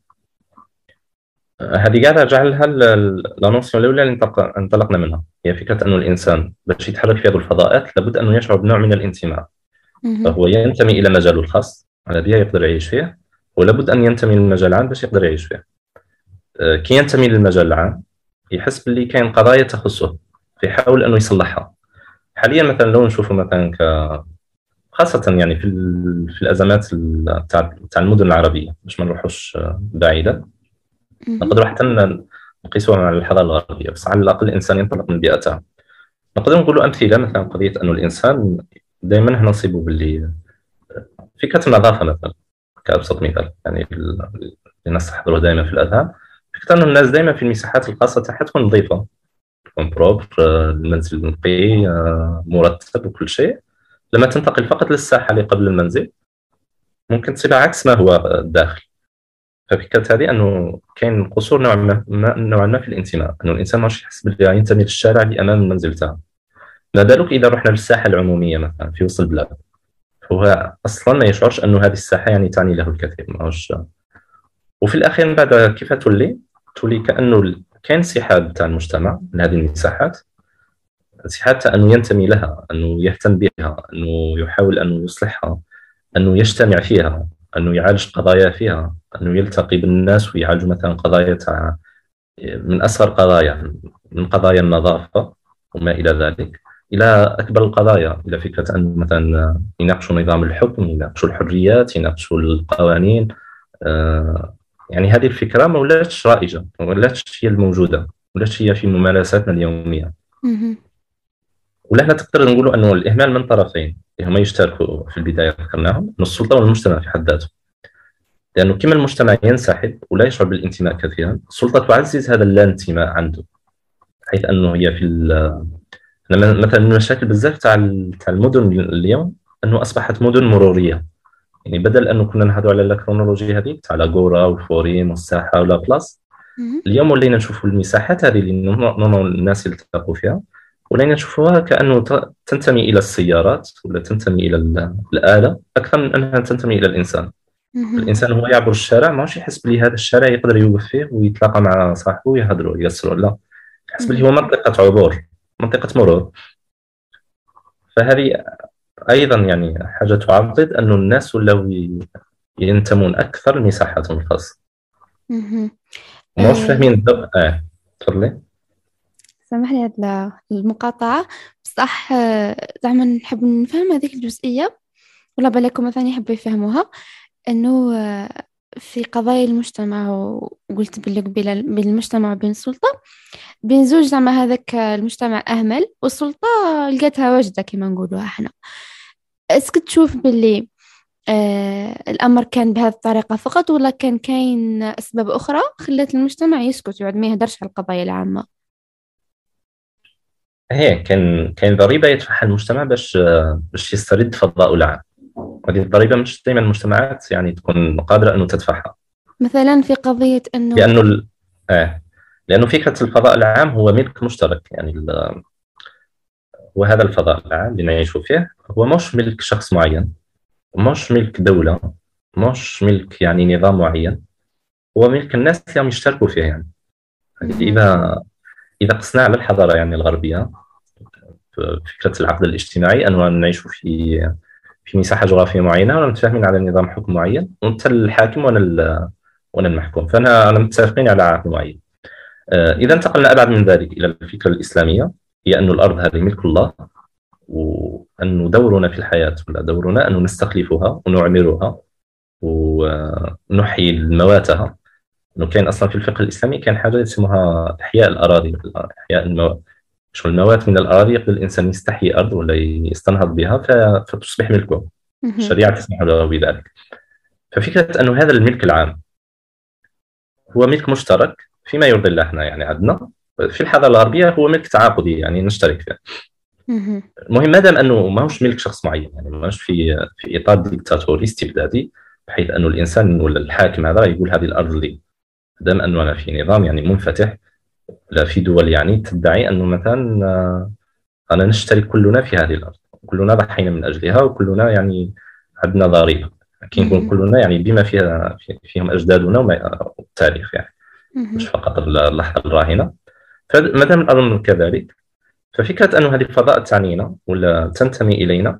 هذه قاعدة جعلها لا نوسيون الأولى اللي انطلقنا منها، هي فكرة أنه الإنسان باش يتحرك في هذه الفضاءات لابد أنه يشعر بنوع من الانتماء. مهم. فهو ينتمي إلى مجاله الخاص الذي يقدر يعيش فيه، ولابد أن ينتمي للمجال العام باش يقدر يعيش فيه. كي ينتمي للمجال العام يحس باللي كاين قضايا تخصه فيحاول أنه يصلحها. حاليا مثلا لو نشوفوا مثلا خاصة يعني في الأزمات تاع المدن العربية، باش ما نروحوش بعيدة، مهم. نقدروا حتى نقيسوها مع الحضاره الغربيه، بس على الاقل الانسان ينطلق من بيئته. نقدر نقولوا امثله، مثلا قضيه انه الانسان دائما هنا نصيبوا باللي فكره النظافه مثلا كابسط مثال، يعني الناس تحضره دائما في الاذهان. فكره انه الناس دائما في المساحات الخاصه تاعها تكون نظيفه، تكون بروبر، المنزل نقي مرتب وكل شيء. لما تنتقل فقط للساحه اللي قبل المنزل ممكن تصير عكس ما هو الداخل. ففكرة هذه أنه كاين قصور نوعا ما في الانتماء، أنه الإنسان ماشي يحس باللي ينتمي للشارع اللي أمام المنزل تاعه. ما بالك إذا رحنا للساحة العمومية مثلا في وسط البلاد، هو أصلا ما يشعرش أنه هذه الساحة يعني تعني له الكثير. ماهوش. وفي الأخير من بعد كيف تولي كأنه كاين انسحاب تاع المجتمع من هذه المساحات، انسحاب تاع أنه ينتمي لها، أنه يهتم بها، أنه يحاول أنه يصلحها، أنه يجتمع فيها، أنه يعالج قضايا فيها، أنه يلتقي بالناس ويعالج مثلا قضايا تاع من أصغر قضايا، من قضايا النظافة وما إلى ذلك، إلى أكبر القضايا، إلى فكرة أن مثلا يناقشوا نظام الحكم، يناقشوا الحريات، يناقشوا القوانين. يعني هذه الفكرة ما ولاتش رائجة، ما ولاتش هي الموجودة، ما ولاتش هي في ممارساتنا اليومية. مهم. ولهنا تقدر نقولوا أنه الإهمال من طرفين اللي هما يشتركوا في البداية ذكرناهم، من السلطة والمجتمع في حد ذاته. لأنه كما المجتمع ينسحب ولا يشعر بالانتماء كثيرا، السلطة تعزز هذا اللا انتماء عنده، حيث انه هي مثلا من المشاكل بزاف تاع المدن اليوم انه اصبحت مدن مروريه. يعني بدل انه كنا نهضروا على الكرونولوجي هذيك تاع لاغورا والفوريم والساحه ولا بلاص، مهم. اليوم ولينا نشوفوا المساحات هذه اللي الناس يلتقوا فيها، ولينا نشوفوها كانه تنتمي الى السيارات ولا تنتمي الى الاله اكثر من انها تنتمي الى الانسان. مهم. الانسان هو يعبر الشارع ماهوش يحس بلي هذا الشارع يقدر يوقف فيه ويتلاقى مع صاحبه ويهضروا يسروا، لا، يحس بلي مهم. هو منطقه عبور، منطقه مرور. فهذه ايضا يعني حاجه تعضد انه الناس ولاو ينتمون اكثر لمساحاتهم الخاصه، مهم. ماهوش فاهمين الضوء. تفضلي. سامحني على المقاطعة، بصح زعما نحب نفهم هذيك الجزئية، ولا بالكم مثلا يحبوا يفهموها، أنه في قضايا المجتمع، وقلت باللي قبيلة بين المجتمع وبين السلطة، بين زوج زعما هذاك المجتمع أهمل والسلطة لقيتها واجدة كما نقولوها احنا. اسكت تشوف باللي الأمر كان بهذه الطريقة فقط، ولا كان كاين أسباب أخرى خلت المجتمع يسكت ويقعد ما يهدرش على القضايا العامة؟ هي كاين ضريبه يدفعها المجتمع باش يسترد فضاءه العام. هذه الضريبه مش دائما المجتمعات يعني تكون قادره انه تدفعها. مثلا في قضية أنه لانه لانه فكره الفضاء العام هو ملك مشترك، يعني وهذا الفضاء العام اللي نعيش فيه هو مش ملك شخص معين، مش ملك دوله، مش ملك يعني نظام معين، هو ملك الناس اللي هم يشتركوا فيه. يعني مهم. إذا قسنا على الحضارة يعني الغربية، فكرة العقد الاجتماعي أنه نعيش في مساحة جغرافية معينة ونتفاهمين على نظام حكم معين، وأنت الحاكم وأنا المحكوم، أنا متفقين على عقد معين. إذا انتقلنا أبعد من ذلك إلى الفكرة الإسلامية، هي أن الأرض هذه ملك الله، وأن دورنا في الحياة ولا دورنا أن نستخلفها ونعمرها ونحيي مواتها. انه كاين اصلا في الفقه الاسلامي كان حاجه اسمها احياء الاراضي، احياء شغل نواة من الأراضي يقدر الإنسان يستحيي أرض ولا يستنهض بها فتصبح ملكه. الشريعة تسمح له بذلك. ففكرة أنه هذا الملك العام هو ملك مشترك فيما يرضي الله، احنا يعني عندنا في الحضارة الغربية هو ملك تعاقدي يعني نشترك فيه. المهم ما دام أنه ما هوش ملك شخص معين، يعني ما هوش في إطار ديكتاتوري استبدادي بحيث أنه الإنسان ولا الحاكم هذا يقول هذه الأرض لي. ما دام أنه أنا في نظام يعني منفتح، لا في دول يعني تدعي أنه مثلا أنا نشترك كلنا في هذه الأرض، كلنا ضحينا من أجلها وكلنا يعني عندنا ضريبة، كي نكون كلنا يعني بما فيهم أجدادنا والتاريخ يعني مش فقط اللحظة الراهنة. فما دام الأمر كذلك، ففكرة أن هذه الفضاء تعنينا ولا تنتمي إلينا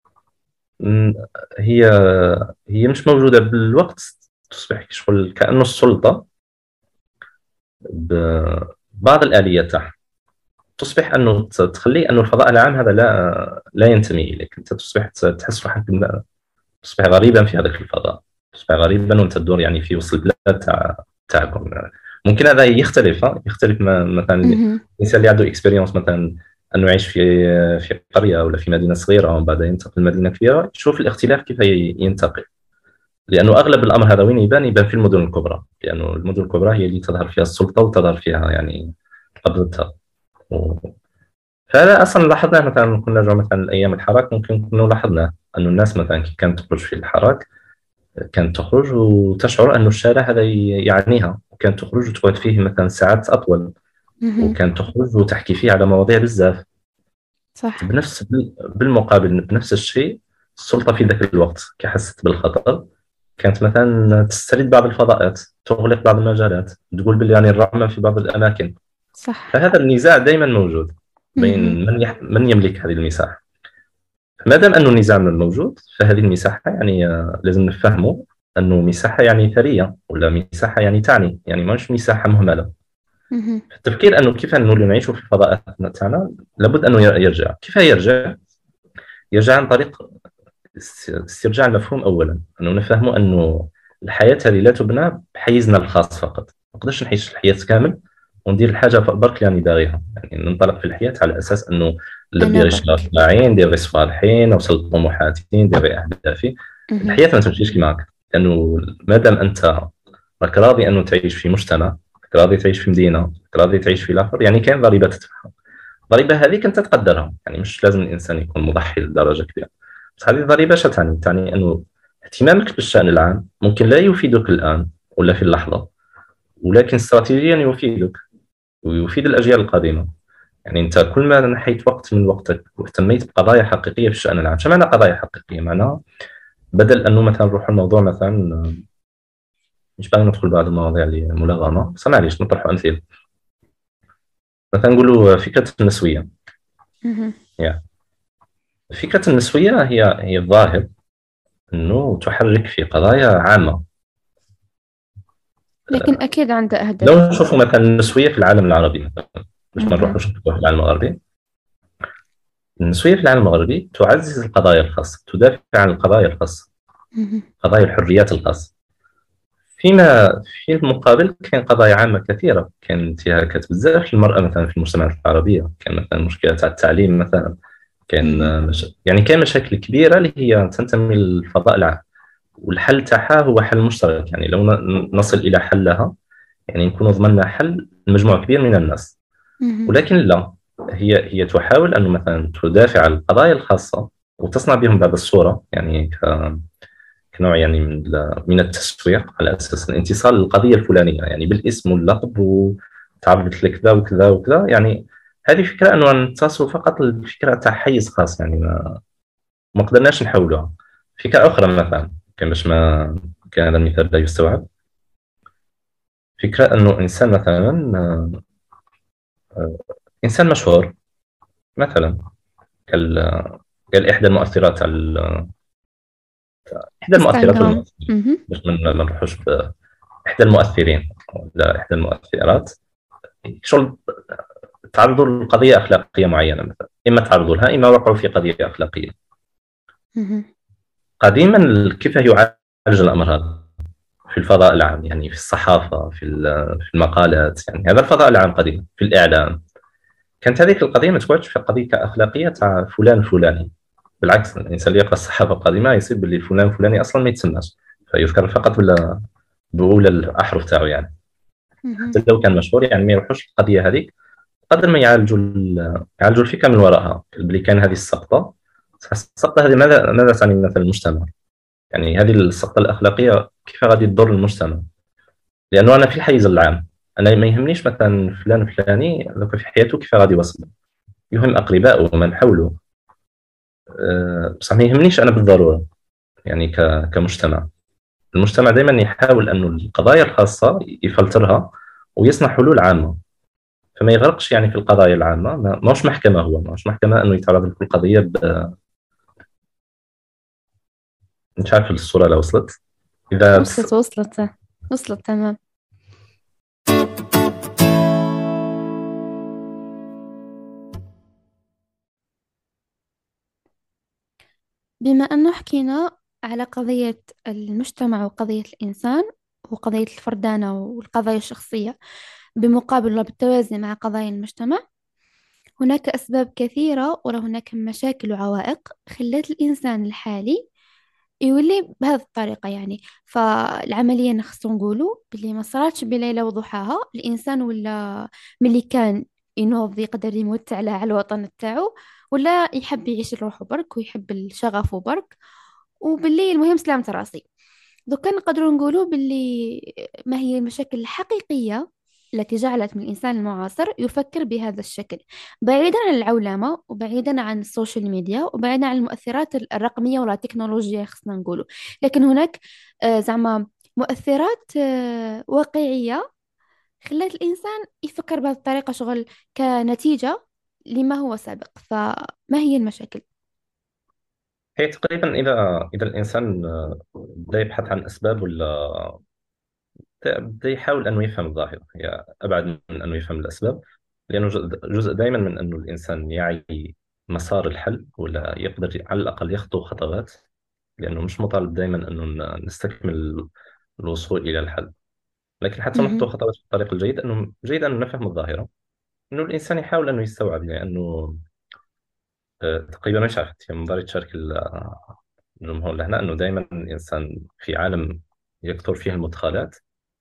هي هي مش موجودة بالوقت، تصبح كشغل كأنه السلطة ببعض الآليات تاعها تصبح أنه تخلي أنه الفضاء العام هذا لا ينتمي إليك. أنت تصبح تحس روحك تصبح غريبا في هذاك الفضاء، تصبح غريبا وأنت تدور يعني في وسط البلاد تاعكم. ممكن هذا يختلف مثلا الإنسان اللي عنده إكسبيريونس مثلا أنه يعيش في قرية ولا في مدينة صغيرة ومن بعد ينتقل لمدينة كبيرة، يشوف الاختلاف كيف ينتقل. لأنه أغلب الأمر هذا وين يبان في المدن الكبرى، لأنه المدن الكبرى هي اللي تظهر فيها السلطة وتظهر فيها يعني قبضتها. فهذا اصلا لاحظناه مثلا كنا نرجع مثلا ايام الحراك، ممكن كنا لاحظنا انه الناس مثلا كي كانت تخرج في الحراك كانت تخرج وتشعر انه الشارع هذا يعنيها، وكانت تخرج وتقعد فيه مثلا ساعات اطول، وكانت تخرج وتحكي فيه على مواضيع بزاف. صح. بالمقابل بنفس الشيء السلطه في ذاك الوقت كي حست بالخطر كانت مثلا تسترد بعض الفضاءات، تغلق بعض المجالات، تقول باللي يعني الرحمه في بعض الاماكن. صح. فهذا النزاع دائما موجود بين من يملك هذه المساحه. ما دام انه النزاع موجود فهذه المساحه يعني لازم نفهمه انه مساحه يعني ثريه ولا مساحه يعني تعني يعني مش مساحه مهمله. التفكير انه كيف نولي نعيشوا في الفضاءات تاعنا لابد انه يرجع. كيف يرجع؟ يرجع عن طريق استرجاع المفهوم. اولا انه نفهموا انه الحياه هذه لا تبنى بحيزنا الخاص فقط. ما نقدرش نعيش الحياه كامل وندير الحاجه برك اللي باغيها، يعني ننطلق في الحياه على اساس انه اللي يشتغل طاعين ندير صالحين اوصل لطموحاتي ندير اهدافي. الحياه ما تمشيش كما هكا، لانه ما دام انت راك راضي انه تعيش في مجتمع، راك راضي تعيش في مدينه، راك راضي تعيش في الاخر، يعني كاين ضريبه تدفعها. الضريبه هذيك انت تقدرها، يعني مش لازم الانسان يكون مضحي لدرجه كبيره، بس هذه الضريبه اش تعني انه اهتمامك بالشان العام ممكن لا يفيدك الان ولا في اللحظه، ولكن استراتيجيا يفيدك ويفيد الاجيال القادمه. يعني انت كل ما نحيت وقت من وقتك واهتميت بقضايا حقيقيه في الشان العام. شو معنى قضايا حقيقيه؟ معناها بدل انه مثلا نروح الموضوع مثلا مش باغي ندخل بعض المواضيع اللي ملغمه، بس معليش نطرحوا امثله. مثلا نقولوا فكره النسويه. يعني فكره النسويه هي الظاهر انه تحرك في قضايا عامه، لكن اكيد عنده اهداف. لو نشوفوا مثلا النسويه في العالم العربي مثلا، باش ما نروحوش في العالم الغربي. النسويه في العالم الغربي تعزز القضايا الخاصه، تدافع عن القضايا الخاصه، قضايا الحريات الخاصه. فيما في المقابل كان قضايا عامه كثيره، كان انتهاكات بزاف للمراه مثلا في المجتمعات العربيه، كان مثلا مشكله تاع التعليم مثلا، كان يعني كان مشاكل كبيره اللي هي تنتمي للفضاء العام، والحل تاعها هو حل مشترك. يعني لو نصل الى حلها يعني نكون ضمننا حل لمجموع كبير من الناس. ولكن لا، هي تحاول انه مثلا تدافع عن القضايا الخاصه وتصنع بهم بعض الصوره، يعني كنوع يعني من التسويق على اساس الانتصار للقضيه الفلانيه، يعني بالاسم واللقب وتعرضت لكذا وكذا وكذا. يعني هذه فكره انه نتصلوا فقط الفكره تاع حيز خاص، يعني ما قدرناش نحولوها. فكره اخرى مثلا كان باش ما كان هذا المثال لا يستوعب، فكره انه انسان مثلا انسان مشهور مثلا قال احدى المؤثرات احدى المؤثرات باش ما نروحوش احدى المؤثرين ولا احدى المؤثرات شغل تعرضوا لقضيه اخلاقيه معينه مثلا، اما تعرضوا لها اما وقعوا في قضيه اخلاقيه. قديما كيف يعالج الامر هذا في الفضاء العام؟ يعني في الصحافه، في المقالات، يعني هذا الفضاء العام قديما في الاعلام كانت هذيك القضيه ما تقعدش في قضيه اخلاقيه تاع فلان فلاني. بالعكس، الانسان اللي يقرا الصحافه القديمه يصيب باللي فلان فلاني اصلا ما يتسماش، فيذكر فقط باولى الاحرف تاعو يعني. مهم. حتى لو كان مشهور يعني ما يروحوش القضيه هذيك، قدر ما يعالجوا يعالجوا الفكره من وراءها، اللي كان هذه السقطه. السقطه هذه ماذا تعني مثلا المجتمع؟ يعني هذه السقطه الاخلاقيه كيف غادي تضر المجتمع؟ لانه انا في الحيز العام، انا ما يهمنيش مثلا فلان فلاني ذوك في حياته كيف غادي يوصل، يهم اقربائه ومن حوله. بصح ما يهمنيش انا بالضروره. يعني كمجتمع، المجتمع دائما يحاول انه القضايا الخاصه يفلترها ويصنع حلول عامه، فما يغرقش يعني في القضايا العامه. ماهوش محكمه، هو ماهوش محكمه انه يتعرض لكل قضيه مش عارف الصوره لو وصلت. اذا وصلت وصلت وصلت تمام. بما أنه حكينا على قضية المجتمع وقضية الإنسان وقضية الفردانة والقضايا الشخصية بمقابل وبالتوازي مع قضايا المجتمع، هناك أسباب كثيرة وهناك مشاكل وعوائق خلت الإنسان الحالي يولي بهذه الطريقة. يعني فالعملية نخصو نقولوا باللي ما صارتش بليلة وضحاها. الإنسان ولا ملي كان ينوض يقدر يموت على الوطن تاعو، ولا يحب يعيش لروحه برك ويحب الشغف برك، وباللي المهم سلامة راسي. دوكا نقدروا نقولوا باللي ما هي المشاكل الحقيقية التي جعلت من الإنسان المعاصر يفكر بهذا الشكل، بعيدا عن العولمة وبعيدا عن السوشيال ميديا وبعيدا عن المؤثرات الرقمية ولا التكنولوجيا خصنا نقولوا. لكن هناك زعما مؤثرات واقعية خلت الإنسان يفكر بهذه الطريقة شغل كنتيجة لما هو سابق. فما هي المشاكل؟ هي تقريبا اذا الانسان بدا يبحث عن اسباب، ولا بدا يحاول انه يفهم الظاهره، هي ابعد من انه يفهم الاسباب. لانه جزء دائما من انه الانسان يعي مسار الحل، ولا يقدر على الاقل يخطو خطوات. لانه مش مطالب دائما انه نستكمل الوصول الى الحل، لكن حتى نخطو مهم. خطوات في الطريق الجيد. انه جيد انه نفهم الظاهره، انه الانسان يحاول انه يستوعب. لانه تقريبا مش عرفت من ضروري تشارك الجمهور لهنا انه دائما الانسان في عالم يكثر فيه المدخلات،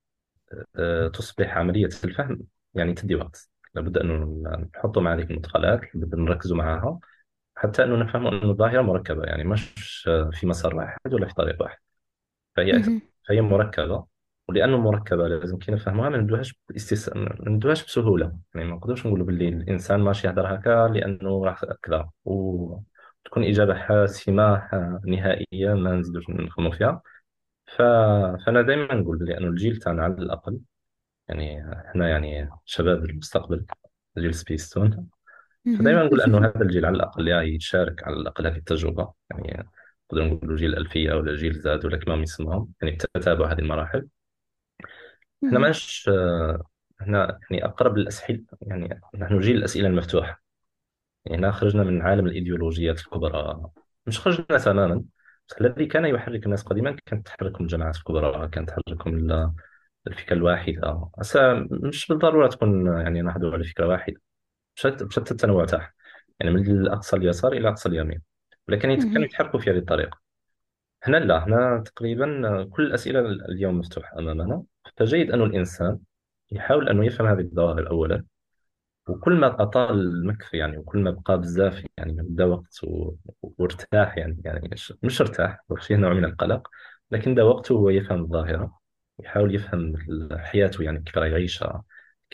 تصبح عمليه الفهم يعني تدي وقت. لابد انه نحطوا مع هذه المدخلات، لابد نركزوا معها حتى انه نفهم انه الظاهره مركبه، يعني مش في مسار واحد ولا في طريق واحد. فهي مهم. فهي مركبه، ولانه مركبه لازم كي نفهموها ما ندوهاش بسهوله. يعني ما نقدرش نقولوا باللي الانسان ماشي يهضر هكا لانه راح كذا وتكون اجابه حاسمه نهائيه ما نزيدوش نخمو فيها. ف... فانا دائما نقول باللي انه الجيل تاعنا على الاقل، يعني احنا يعني شباب المستقبل، جيل سبيستون. مهم. فدائما نقول انه هذا الجيل على الاقل يشارك على الاقل هذه التجربه. يعني نقدر نقولوا جيل الألفية ولا جيل زاد ولا كما يسموهم، يعني تتابع هذه المراحل. احنا مهم. ماش احنا يعني اقرب للاسئله، يعني نحن جيل الاسئله المفتوحه. يعني هنا خرجنا من عالم الايديولوجيات الكبرى، مش خرجنا تماما، بس الذي كان يحرك الناس قديما كانت تحركهم الجماعات الكبرى، كانت تحركهم الفكره الواحده. هسه مش بالضروره تكون يعني نحضر على فكره واحده، بشتى التنوع تاعها، يعني من اقصى اليسار الى اقصى اليمين، ولكن كانوا مهم. يتحركوا في هذه الطريقه. هنا لا، هنا تقريبا كل الاسئله اليوم مفتوحه امامنا. فجيد أن الإنسان يحاول أنه يفهم هذه الظواهر أولا. وكل ما أطال المكث يعني، وكل ما بقى بزاف يعني بدا وقت وارتاح يعني مش ارتاح، فيه نوع من القلق، لكن دا وقته هو يفهم الظاهرة، يحاول يفهم حياته يعني كيف راه يعيشها،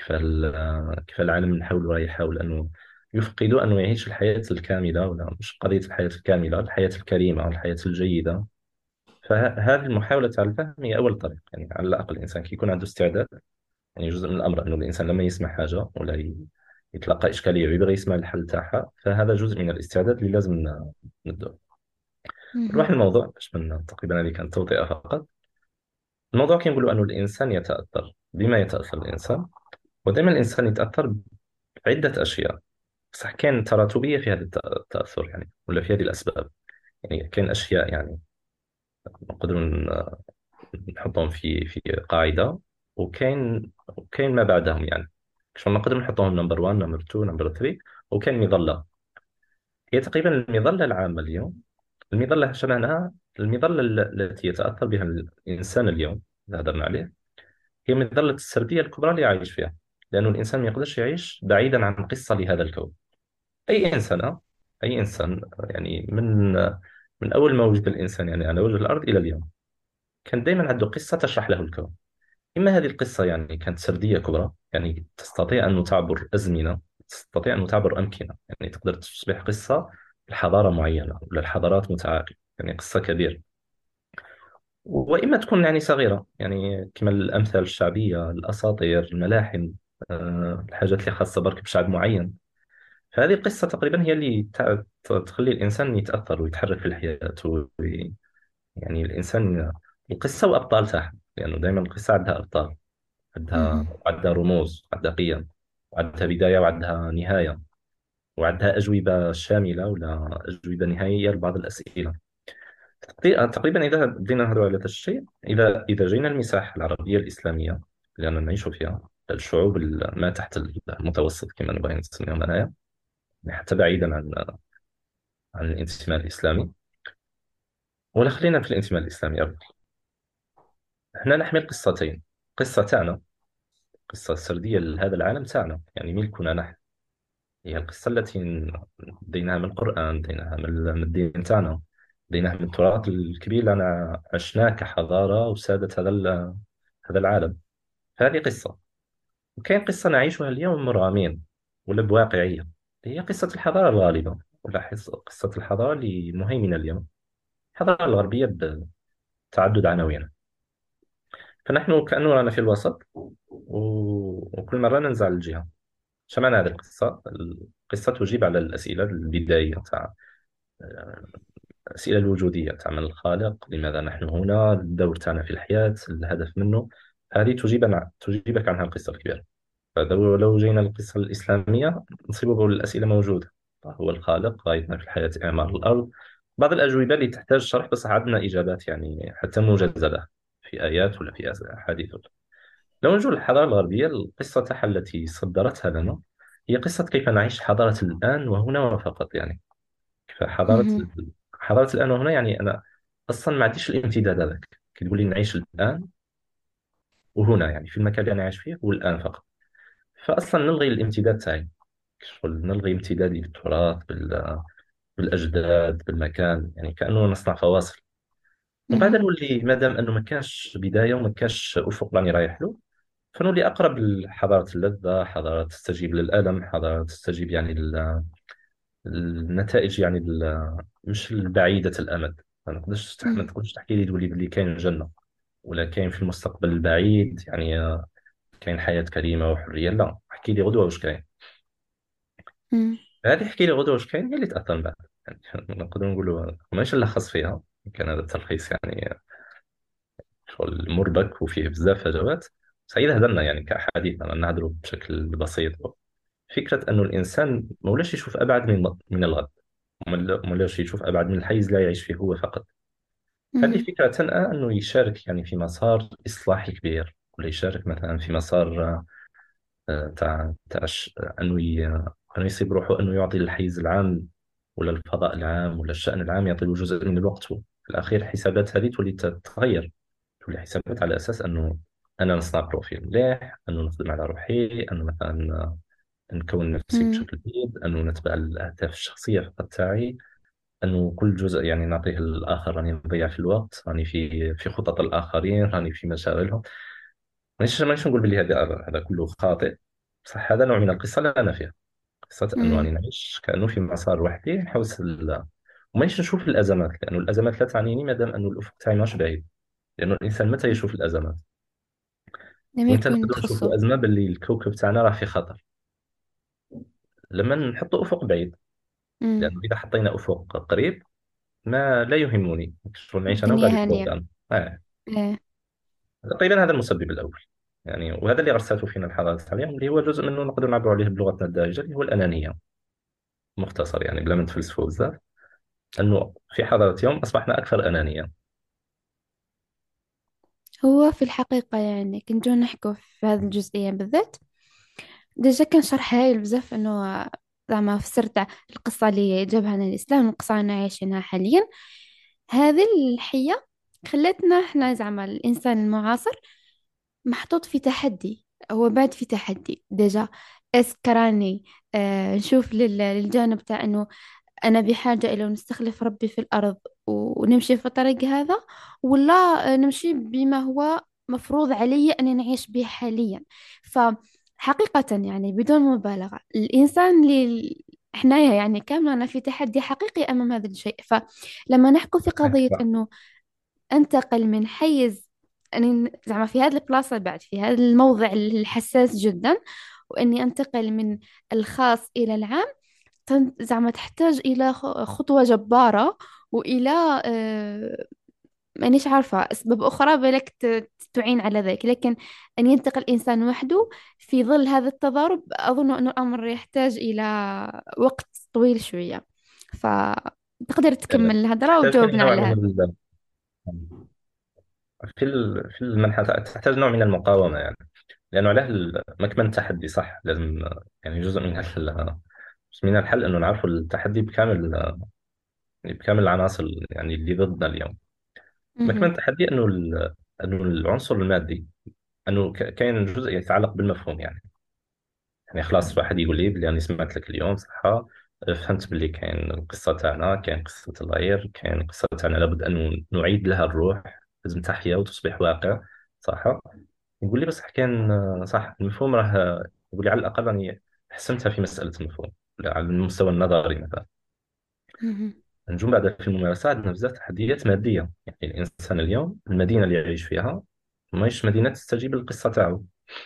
كيف العالم من حوله راه يحاول أنه يفقد أنه يعيش الحياة الكاملة، ولا مش قضية الحياة الكاملة، الحياة الكريمة، الحياة الجيدة. فهذه المحاولة على الفهم هي أول طريق. يعني على الأقل الإنسان كي يكون عنده استعداد، يعني جزء من الأمر أنه الإنسان لما يسمع حاجة ولا يتلقى إشكالية ويبغى يسمع الحل تاعها، فهذا جزء من الاستعداد اللي لازم ندوه. نروح مهم. للموضوع باش من تقريبا هذه كانت توطئة فقط. الموضوع كي نقولوا أنه الإنسان يتأثر بما يتأثر الإنسان، ودائما الإنسان يتأثر بعدة أشياء. صح كان تراتبية في هذا التأثر يعني، ولا في هذه الأسباب. يعني كان أشياء يعني نقدر نحطهم في قاعدة، وكاين ما بعدهم يعني. شغل نقدر نحطهم نمبر 1 نمبر 2 نمبر 3. وكان مظلة، هي تقريبا المظلة العامة اليوم. المظلة شبهنا المظلة التي يتأثر بها الإنسان اليوم اللي هضرنا عليه، هي مظلة السردية الكبرى اللي يعيش فيها. لأنه الإنسان ما يقدرش يعيش بعيدا عن قصة لهذا الكون. أي إنسان أي إنسان يعني من أول ما وجد الإنسان يعني على وجه الأرض إلى اليوم، كان دائما عنده قصة تشرح له الكون. إما هذه القصة يعني كانت سردية كبرى، يعني تستطيع أن تعبر أزمنة، تستطيع أن تعبر أمكنة، يعني تقدر تصبح قصة لحضارة معينة ولا الحضارات متعاقبة، يعني قصة كبيرة. وإما تكون يعني صغيرة، يعني كما الأمثال الشعبية، الأساطير، الملاحم، الحاجات اللي خاصة برك بشعب معين. فهذه القصة تقريبا هي اللي تخلي الإنسان يتأثر ويتحرك في الحياة يعني الإنسان القصة وأبطال تاعها، لأنه دائما القصة عندها أبطال، مهم. عندها رموز، عندها قيم، وعندها بداية وعندها نهاية، وعندها أجوبة شاملة ولا أجوبة نهائية لبعض الأسئلة. تقريبا إذا بدينا نهضروا على هذا الشيء، إذا جينا المساحة العربية الإسلامية اللي أنا نعيش فيها، الشعوب ما تحت المتوسط كما نبغي نسميهم أنايا، يعني حتى بعيدا عن الانتماء الإسلامي، ولا خلينا في الانتماء الإسلامي أولا. احنا نحمل قصتين: قصة تاعنا، قصة سردية لهذا العالم تاعنا، يعني ملكنا نحن، هي القصة التي ديناها من القرآن، ديناها من الدين تاعنا، ديناها من التراث الكبير اللي أنا عشناه كحضارة وسادة هذا العالم. هذه قصة. وكاين قصة نعيشها اليوم مرغمين ولا بواقعية، هي قصة الحضارة الغالبة، ولا قصة الحضارة اللي مهيمنة اليوم، الحضارة الغربية بتعدد عناوينها. فنحن كأنه رانا في الوسط، وكل مرة ننزع الجهة. شمعنا هذه القصة. القصة تجيب على الأسئلة البدائية تاع الأسئلة الوجودية تاع من الخالق، لماذا نحن هنا، الدور تاعنا في الحياة، الهدف منه. هذه تجيبك عنها القصة الكبيرة. فلو جينا للقصة الإسلامية نصيب الأسئلة موجودة: هو الخالق، غايتنا في الحياة إعمار الأرض. بعض الأجوبة اللي تحتاج شرح، بس عندنا إجابات يعني حتى موجزة لها في آيات ولا في أحاديث. لو نجول للحضارة الغربية، القصة تاعها التي صدرتها لنا هي قصة كيف نعيش حضارة الآن وهنا وفقط. يعني فحضارة مهم. حضارة الآن وهنا، يعني أنا أصلا ما عنديش الامتداد هذاك. كي تقول لي نعيش الآن وهنا، يعني في المكان اللي أنا عايش فيه هو الآن فقط. فأصلا نلغي الامتداد تاعي، شغل نلغي امتدادي بالتراث، بالأجداد، بالمكان، يعني كأنه نصنع فواصل. ومن بعد مهم. نولي مادام أنه ما كاش بداية وما كاش أفق راني رايح له، فنولي أقرب لحضارة اللذة، حضارة تستجيب للألم، حضارة تستجيب يعني النتائج، يعني مش البعيدة الأمد. ما مهم. تقدرش تحكي لي تقول لي باللي كاين جنة ولا كاين في المستقبل البعيد، يعني كاين حياة كريمة وحرية. لا، احكي لي غدوة واش كاين. مهم. هذه احكي لي غدوة واش كاين هي اللي تأثر من بعد. يعني نقدر نقولوا ماشي نلخص فيها، كان هذا التلخيص يعني شغل مربك وفيه بزاف فجوات. سعيد هدرنا يعني كأحاديث أنا نهضروا بشكل بسيط. فكرة أنه الإنسان ما ولاش يشوف أبعد من الغد، ما ولاش يشوف أبعد من الحيز اللي يعيش فيه هو فقط. هذه مهم. فكرة تنأى أنه يشارك يعني في مسار إصلاحي كبير، ولا يشارك مثلا في مسار أنه يصيب روحه أنه يعطي الحيز العام ولا الفضاء العام ولا الشأن العام، يعطي له جزء من الوقت. في الأخير الحسابات هذه تولي تتغير، تولي حسابات على أساس أنه أنا نصنع بروفيل مليح، أنه نخدم على روحي، أنه مثلا نكون نفسي مهم. بشكل جيد، أنه نتبع الأهداف الشخصية فقط تاعي، أنه كل جزء يعني نعطيه للآخر، راني نضيع في الوقت، راني في خطط الآخرين، راني في مشاغلهم. مانيش نقول بلي هذا كله خاطئ، بصح هذا نوع من القصة لا أنا فيها. قصة أنه مهم. راني نعيش كأنه في مسار وحدي نحوس ومانيش نشوف الأزمات، لأنه الأزمات لا تعنيني ما دام أنه الأفق تاعي ماش بعيد. لأنه الإنسان متى يشوف الأزمات؟ لم وإنت يكن نقدر تخصه. نشوفوا أزمة باللي الكوكب تاعنا راه في خطر لما نحط أفق بعيد. مهم. لأنه إذا حطينا أفق قريب ما لا يهمني شغل نعيش أنا الدنيا وغادي هانية. فوق أنا. إيه. تقريبا هذا المسبب الأول. يعني وهذا اللي رسته فينا الحضارة اليوم، اللي هو جزء منه نقدر نعبر عليه بلغتنا الدارجة، اللي هو الأنانية. مختصر يعني بلا ما نتفلسفوا بزاف، أنه في حضارة يوم أصبحنا أكثر أنانية. هو في الحقيقة يعني كنت نحكوا في هذه الجزئية بالذات، ديجا كان شرح هايل بزاف انه زعما فسرت القصة اللي جابها لنا الإسلام، القصة اللي عايشينها حاليا. هذه الحية خلتنا احنا زعما الإنسان المعاصر محطوط في تحدي. هو بعد في تحدي ديجا. اسكراني نشوف للجانب تاع انه انا بحاجة الى نستخلف ربي في الارض ونمشي في الطريق هذا، ولا نمشي بما هو مفروض علي اني نعيش به حاليا. فحقيقة يعني بدون مبالغة الانسان اللي حنايا يعني كاملنا في تحدي حقيقي امام هذا الشيء. فلما نحكي في قضية صح. انه انتقل من حيز أني زعما في هذه البلاصة بعد في هذا الموضع الحساس جدا، وإني أنتقل من الخاص إلى العام، زعما تحتاج إلى خطوة جبارة، وإلى مانيش عارفة أسباب أخرى بالك تعين على ذلك. لكن أن ينتقل الإنسان وحده في ظل هذا التضارب، أظن أن الأمر يحتاج إلى وقت طويل شوية. فتقدر تكمل الهدرة تحتاج وتجاوبنا نوع على من هذا. في المنحى تحتاج نوع من المقاومة يعني، لأنه عليه مكمن التحدي صح. لازم يعني جزء من الحل أنه نعرف التحدي بكامل العناصر يعني اللي ضدنا اليوم. مكمن مهم. التحدي أنه العنصر المادي، أنه كاين جزء يتعلق بالمفهوم يعني خلاص واحد يقول لي بلي أنا سمعت لك اليوم صح، فهمت بلي كاين القصة تاعنا، كاين قصة الغير، كاين القصة تاعنا لابد أن نعيد لها الروح، لازم تحيا وتصبح واقع صح. يقول لي بس كان صح المفهوم راه، يقول لي على الأقل راني حسنتها في مسألة المفهوم على المستوى النظري مثلا. مهم. نجوم بعد في الممارسة عندنا بزاف تحديات مادية. يعني الإنسان اليوم المدينة اللي يعيش فيها ماهيش مدينة تستجيب للقصة تاعو.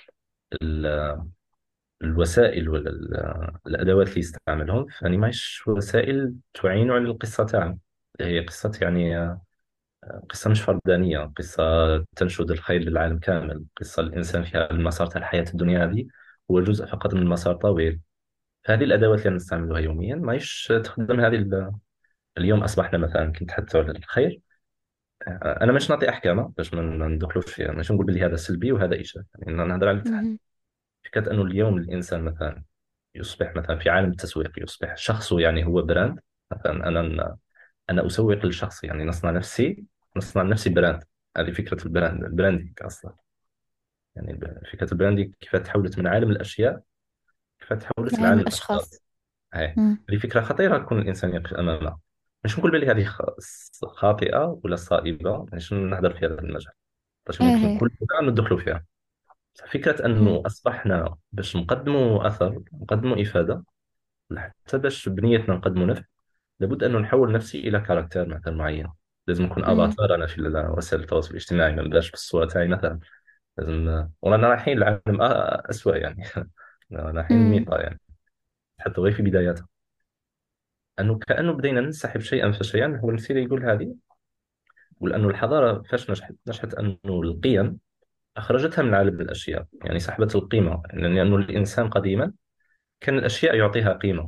ال- الوسائل والأدوات اللي يستعملهم يعني ماهيش وسائل تعين على القصة تاعو. هي قصة يعني قصة مش فردانية، قصة تنشد الخير للعالم كامل، قصة الإنسان فيها المسار تاع الحياة الدنيا هذه هو جزء فقط من مسار طويل. فهذه الأدوات اللي نستعملها يوميا ماهيش تخدم هذه اليوم أصبحنا مثلا كي نتحدثوا على الخير. أنا مش نعطي أحكام باش ما ندخلوش فيها، مش نقول بلي هذا سلبي وهذا إيجابي، يعني نهضر على التحدي. مهم. فكرة أنه اليوم الإنسان مثلا يصبح مثلا في عالم التسويق، يصبح شخصه يعني هو براند. مثلا أنا أسوق للشخص، يعني نصنع نفسي براند. هذه فكرة البراندينج أصلا. يعني فكرة البراندينج كيف تحولت من عالم الأشياء، كيف تحولت نعم لعالم الأفكار. الأشخاص. هاي مم. هذه فكرة خطيرة يكون الإنسان يقف أمامها. مش نقول بلي هذه خاطئة ولا صائبة، مش نهضر في هذا المجال باش ايه يمكن ايه. كل ندخلوا فيها. فكرة مم. أنه أصبحنا باش نقدموا أثر، نقدموا إفادة، حتى باش بنيتنا نقدموا نفع، لابد أن نحول نفسي إلى كاركتر مثلا معين. لازم نكون مم. افاتار انا في وسائل التواصل الاجتماعي، ما نبداش بالصوره تاعي مثلا. لازم ورانا رايحين لعالم اسوء يعني. رايحين مم. الميتا يعني، حتى غير في بداياتها. انه كانه بدينا ننسحب شيئا فشيئا. هو المثير يقول هذه، ولانه الحضاره فاش نجحت انه القيم اخرجتها من عالم الاشياء، يعني سحبت القيمه، لانه الانسان قديما كان الاشياء يعطيها قيمه.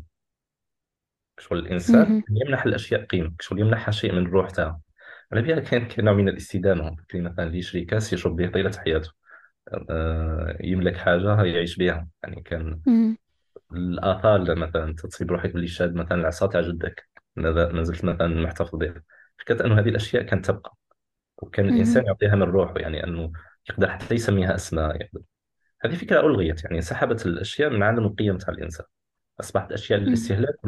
شغل الانسان مم. يمنح الاشياء قيمه، شغل يمنحها شيء من الروح تاعه. على بالها كان نوع من الاستدامه. كاين مثلا اللي يشري كاس يشرب به طيله حياته، يملك حاجه يعيش بها. يعني كان مم. الآثار مثلا تصيب روحك باللي شاد مثلا العصا تاع جدك، ما زلت مثلا محتفظ بها. فكرة أنه هذه الأشياء كانت تبقى، وكان مم. الإنسان يعطيها من روحه، يعني أنه يقدر حتى يسميها أسماء يقدر. هذه فكرة ألغيت، يعني سحبت الأشياء من عالم القيم تاع الإنسان. أصبحت أشياء مم. للاستهلاك،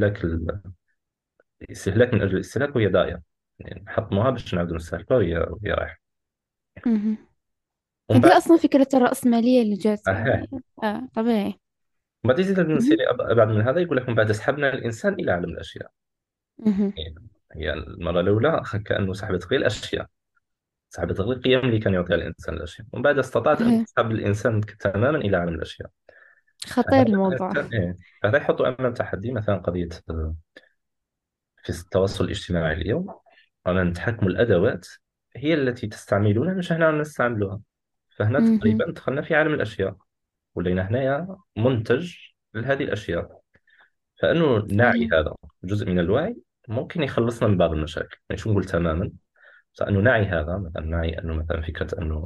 الاستهلاك من أجل الاستهلاك، وهي داية يعني نحطموها باش نعاودوا نستهلكوها وهي رايحة. مم. ومن بعد هذه أصلا فكرة الرأسمالية اللي جات أها يعني. طبيعي. ومن بعد يزيد ابن مم. سيري أبعد من هذا، يقول لك من بعد سحبنا الإنسان إلى عالم الأشياء. مم. هي المرة الأولى كأنه سحبت غير الأشياء، سحبت غير القيم اللي كان يعطيها الإنسان الأشياء، ومن بعد استطاعت أن إيه. تسحب الإنسان تماما إلى عالم الأشياء. خطير فهذا الموضوع. الإنسان فهذا يحط أمام تحدي. مثلا قضية في التواصل الاجتماعي اليوم، أن نتحكم الأدوات هي التي تستعملونها مش احنا نستعملوها. فهنا مم. تقريبا دخلنا في عالم الأشياء، ولينا هنايا منتج لهذه الأشياء. فإنه نعي فعلا. هذا جزء من الوعي ممكن يخلصنا من بعض المشاكل. يعني شو نقول تماما، فأنه نعي هذا، مثلا نعي أنه مثلا فكرة أنه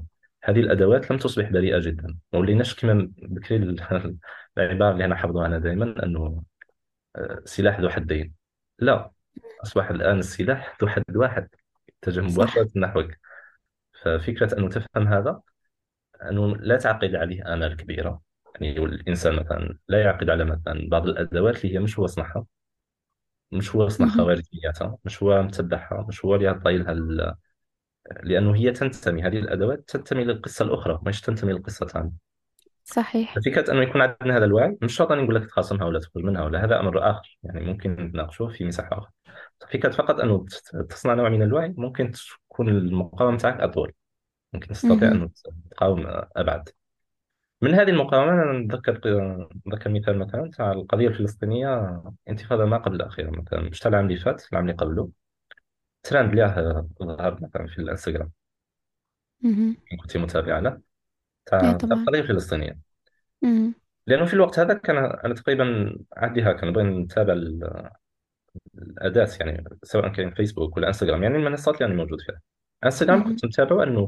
هذه الادوات لم تصبح بريئه جدا، ما وليناش كما بكري العباره اللي انا حافظها انا دائما، انه سلاح ذو حدين. لا، اصبح الان السلاح ذو حد واحد، يتجه صح. مباشره نحوك. ففكره انه تفهم هذا، أنه لا تعقد عليه آمال كبيرة. يعني الإنسان مثلا لا يعقد على مثلا بعض الأدوات اللي هي مش هو صنعها، مش هو صنع مهم. خوارزمياتها، مش هو متبعها، مش هو اللي عطى لها لأنه هي تنتمي، هذه الأدوات تنتمي للقصة الأخرى، مش تنتمي للقصة ثانية. صحيح. ففكرة أنه يكون عندنا هذا الوعي، مش شرط أن نقول لك تخاصمها ولا تخرج منها، ولا هذا أمر آخر يعني ممكن نناقشه في مساحة أخرى. فكرة فقط أنه تصنع نوع من الوعي، ممكن تكون المقاومة تاعك أطول، ممكن تستطيع مهم. أن تقاوم أبعد. من هذه المقاومة أنا نتذكر مثال مثلا تاع القضية الفلسطينية، انتفاضة ما قبل الأخيرة مثلا، مش تاع العام اللي فات، العام اللي قبله، ترند ليه ظهر مثلا في الانستغرام، مهم. إن كنت متابعة له، ايه تاع طبعا. القضية الفلسطينية. مهم. لأنه في الوقت هذا كان أنا تقريبا عندي هكا نبغي نتابع الأداة، يعني سواء كان فيسبوك ولا انستغرام، يعني المنصات اللي أنا موجود فيها. انستغرام مهم. كنت متابعه أنه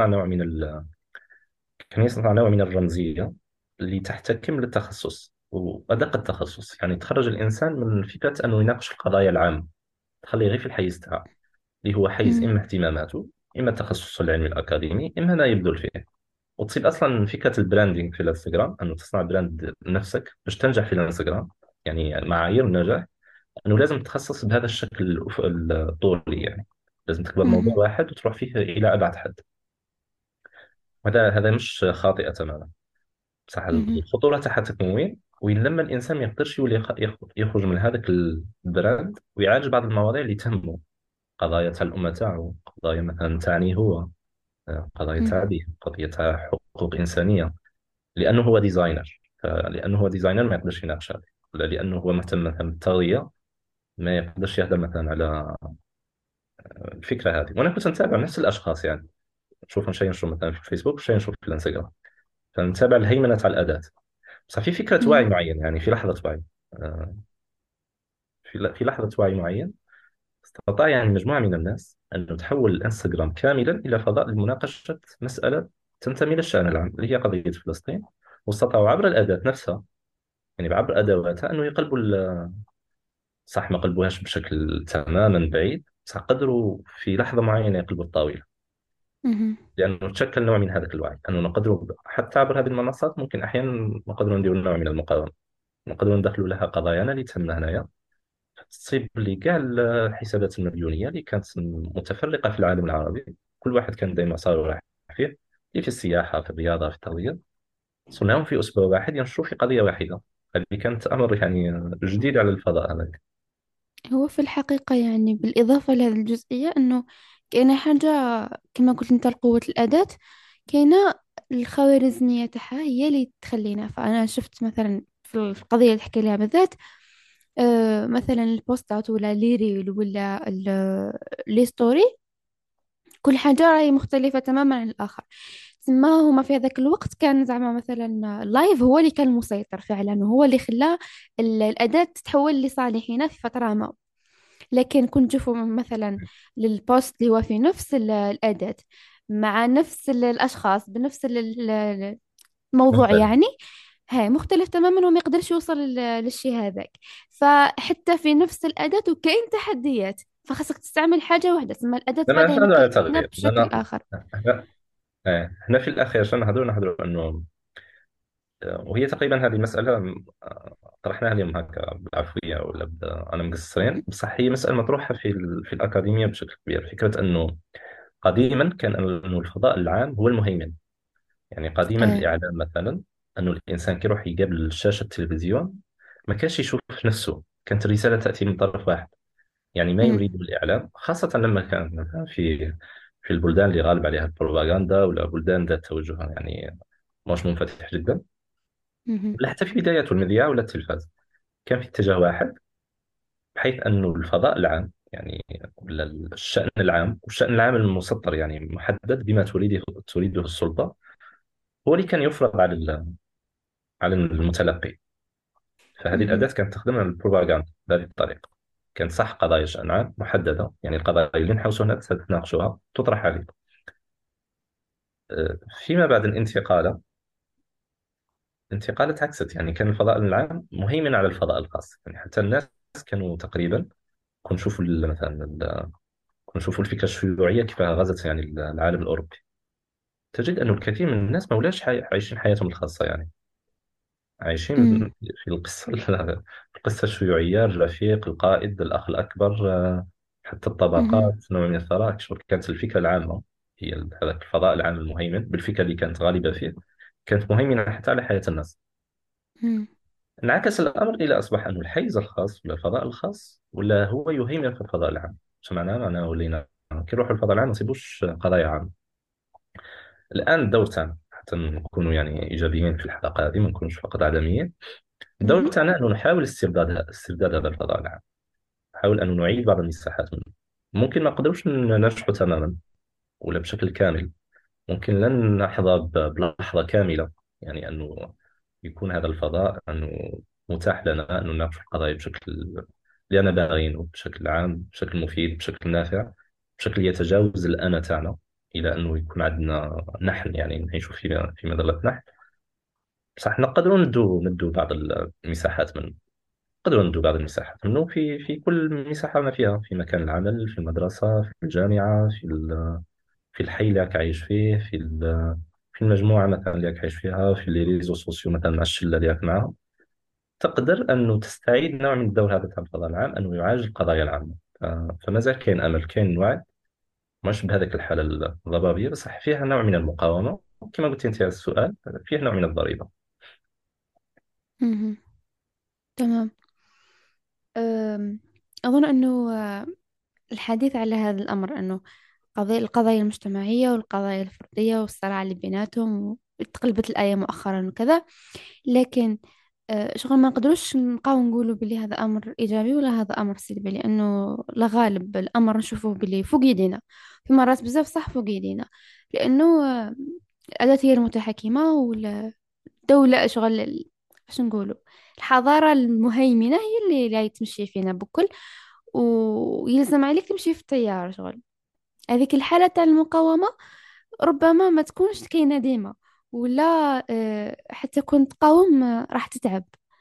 كان يصنع نوع من الرمزية اللي تحتكم للتخصص وأدق التخصص، يعني تخرج الإنسان من فكرة أنه يناقش القضايا العامة، تخليه غير في الحيز تاعه، اللي هو حيز مهم. إما اهتماماته، إما التخصص العلمي الأكاديمي، إما ما يبذل فيه. وتصيب أصلا فكرة البراندينج في الانستغرام، أنه تصنع براند لنفسك باش تنجح في الانستغرام. يعني معايير النجاح أنه لازم تتخصص بهذا الشكل الطولي، يعني لازم تكبر موضوع مهم. واحد وتروح فيه إلى أبعد حد. هذا مش خاطئة تماما، بصح مهم. الخطورة تاعها تكوين، وين لما الإنسان ما يقدرش يولي يخرج من هذاك البراند ويعالج بعض المواضيع اللي تهمه، قضايا تاع الأمة تاعو، قضايا مثلا تعني هو، قضايا تاع مهم. به، قضية تاع حقوق إنسانية، لأنه هو ديزاينر. لأنه هو ديزاينر ما يقدرش يناقش هذا، ولا لأنه هو مهتم مثلا بالتغذية ما يقدرش يهدر مثلا على الفكرة هذه. وأنا كنت نتابع نفس الأشخاص، يعني نشوف شيء نشوف مثلا في الفيسبوك وشيء نشوف في الانستغرام، فنتابع الهيمنة تاع الأداة. بصح في فكرة وعي مهم. معين، يعني في لحظة وعي، آه، في لحظة وعي معين، استطاع يعني مجموعة من الناس أن تحول الانستغرام كاملا إلى فضاء لمناقشة مسألة تنتمي للشأن العام اللي هي قضية فلسطين. واستطاعوا عبر الأداة نفسها، يعني عبر أدواتها، أنه يقلبوا صح ما قلبوهاش بشكل تماما بعيد، بصح قدروا في لحظة معينة يقلبوا الطاولة. مهم. لأنه تشكل نوع من هذا الوعي، أنه نقدروا حتى عبر هذه المنصات ممكن أحيانا نقدروا نديروا نوع من المقاومة، نقدروا ندخلوا لها قضايانا اللي تهمنا هنايا، تصيب لي كاع الحسابات المليونية اللي كانت متفرقة في العالم العربي، كل واحد كان دائما صار رايح فيه، اللي في السياحة، في الرياضة، في التغذية، صنعهم في أسبوع واحد ينشروا في قضية واحدة. هذه كانت أمر يعني جديد على الفضاء هذاك. هو في الحقيقة يعني بالإضافة لهذه الجزئية أنه كاينة حاجة كما قلت أنت قوة الأداة، كاينة الخوارزمية تاعها هي اللي تخلينا. فأنا شفت مثلا في القضية اللي تحكي لها بالذات، مثلا البوستات ولا لي ريل ولا لي ستوري، كل حاجة راهي مختلفة تماما عن الآخر. تما هما في هذاك الوقت كان زعما مثلا اللايف هو اللي كان مسيطر فعلا، وهو اللي خلى الأداة تتحول لصالحنا في فترة ما. لكن كنت نشوفوا مثلا للبوست اللي هو في نفس الأداة مع نفس الأشخاص بنفس الموضوع مختلف. يعني، هاي مختلف تماما وما يقدرش يوصل للشيء هذاك. فحتى في نفس الأداة وكاين تحديات، فخاصك تستعمل حاجة واحدة ثم الأداة لا بعدها نحتاج على ممكن تكون تغيير، بشكل آخر. احنا احنا في الأخير عشان نهضروا أنه، وهي تقريبا هذه المسألة طرحناها اليوم هكا بالعفوية ولا أنا مقصرين، بصح هي مسألة مطروحة في الأكاديمية بشكل كبير. فكرة أنه قديما كان أنه الفضاء العام هو المهيمن. يعني قديما ايه. الإعلام مثلا، أنه الإنسان كي يروح يقابل شاشة التلفزيون ما كانش يشوف نفسه، كانت الرسالة تأتي من طرف واحد. يعني ما أمم. يريد الإعلام، خاصة لما كان مثلا في البلدان اللي غالب عليها البروباغندا، ولا بلدان ذات توجه يعني مش منفتح جدا، أمم. ولا حتى في بداياته المذياع ولا التلفاز، كان في اتجاه واحد، بحيث أنه الفضاء العام يعني ولا الشأن العام، والشأن العام المسطر يعني محدد بما تريده السلطة، هو اللي كان يفرض على المتلقي. فهذه أمم. الأداة كانت تخدم على البروباغندا بهذه الطريقة. كان صح قضايا شأن عام محددة، يعني القضايا اللي نحوسوا هنا تناقشوها تطرح عليه. فيما بعد الانتقالة تعكست. يعني كان الفضاء العام مهيمن على الفضاء الخاص، يعني حتى الناس كانوا تقريبا، كون نشوفوا كون نشوفوا الفكرة الشيوعية كيف غزت يعني العالم الأوروبي، تجد أن الكثير من الناس ما ولاش عايشين حياتهم الخاصة، يعني عايشين مم. في القصة القصة الشيوعية، الرفيق، القائد، الأخ الأكبر، حتى مهم. الطبقات، نوع من الثراء. شغل كانت الفكرة العامة هي هذاك الفضاء العام المهيمن بالفكرة اللي كانت غالبة فيه، كانت مهيمنة حتى على حياة الناس. مم. انعكس الأمر إلى أصبح أن الحيز الخاص ولا الفضاء الخاص ولا هو يهيمن في الفضاء العام. شو معناه ولينا كي نروحوا الفضاء العام ما نسيبوش قضايا عامة. الآن الدور تاعنا حتى نكونوا يعني إيجابيين في الحلقة هذه، ما نكونوش فقط عدميين. الدور مهم. تاعنا أنه نحاول استرداد هذا الفضاء العام، نحاول أن نعيد بعض المساحات منه. ممكن ما نقدروش ننجحوا تماما ولا بشكل كامل، ممكن لن نحظى بلحظة كاملة، يعني أنه يكون هذا الفضاء أنه متاح لنا أن نناقش القضايا بشكل اللي أنا باغينه، بشكل عام، بشكل مفيد، بشكل نافع، بشكل يتجاوز الأنا تاعنا، إلى أنه يكون عندنا نحن يعني نعيش في مظلة نحن. بصح نقدروا ندوا بعض المساحات منه، نقدروا ندوا بعض المساحات منه في كل مساحة ما فيها، في مكان العمل، في المدرسة، في الجامعة، في الحي اللي راك عايش فيه، في المجموعة مثلا اللي راك عايش فيها، في لي ريزو سوسيو مثلا مع الشلة اللي راك معاهم. تقدر أنه تستعيد نوع من الدور هذا تاع الفضاء العام، أنه يعالج القضايا العامة. فمازال كاين أمل، كاين وعي، مش بهذيك الحالة الضبابية، بصح فيها نوع من المقاومة. كما قلت أنت على السؤال، فيه نوع من الضريبة. مهم. تمام. أظن أنه الحديث على هذا الأمر، أنه القضايا المجتمعية والقضايا الفردية والصراع اللي بيناتهم، تقلبت الآية مؤخرا وكذا. لكن شغل ما نقدروش نبقاو نقولوا بلي هذا أمر إيجابي ولا هذا أمر سلبي، لأنه لا غالب الأمر نشوفه بلي فوق يدينا، في مرات بزاف صح فوق يدينا. لأنه الأداة هي المتحكمة، والدولة شغل باش نقولوا الحضارة المهيمنة هي اللي تمشي فينا بكل، ويلزم عليك تمشي في التيار شغل. هذيك الحالة تاع المقاومة ربما ما تكونش كاينة ديما، ولا حتى كنت تقاوم راح تتعب.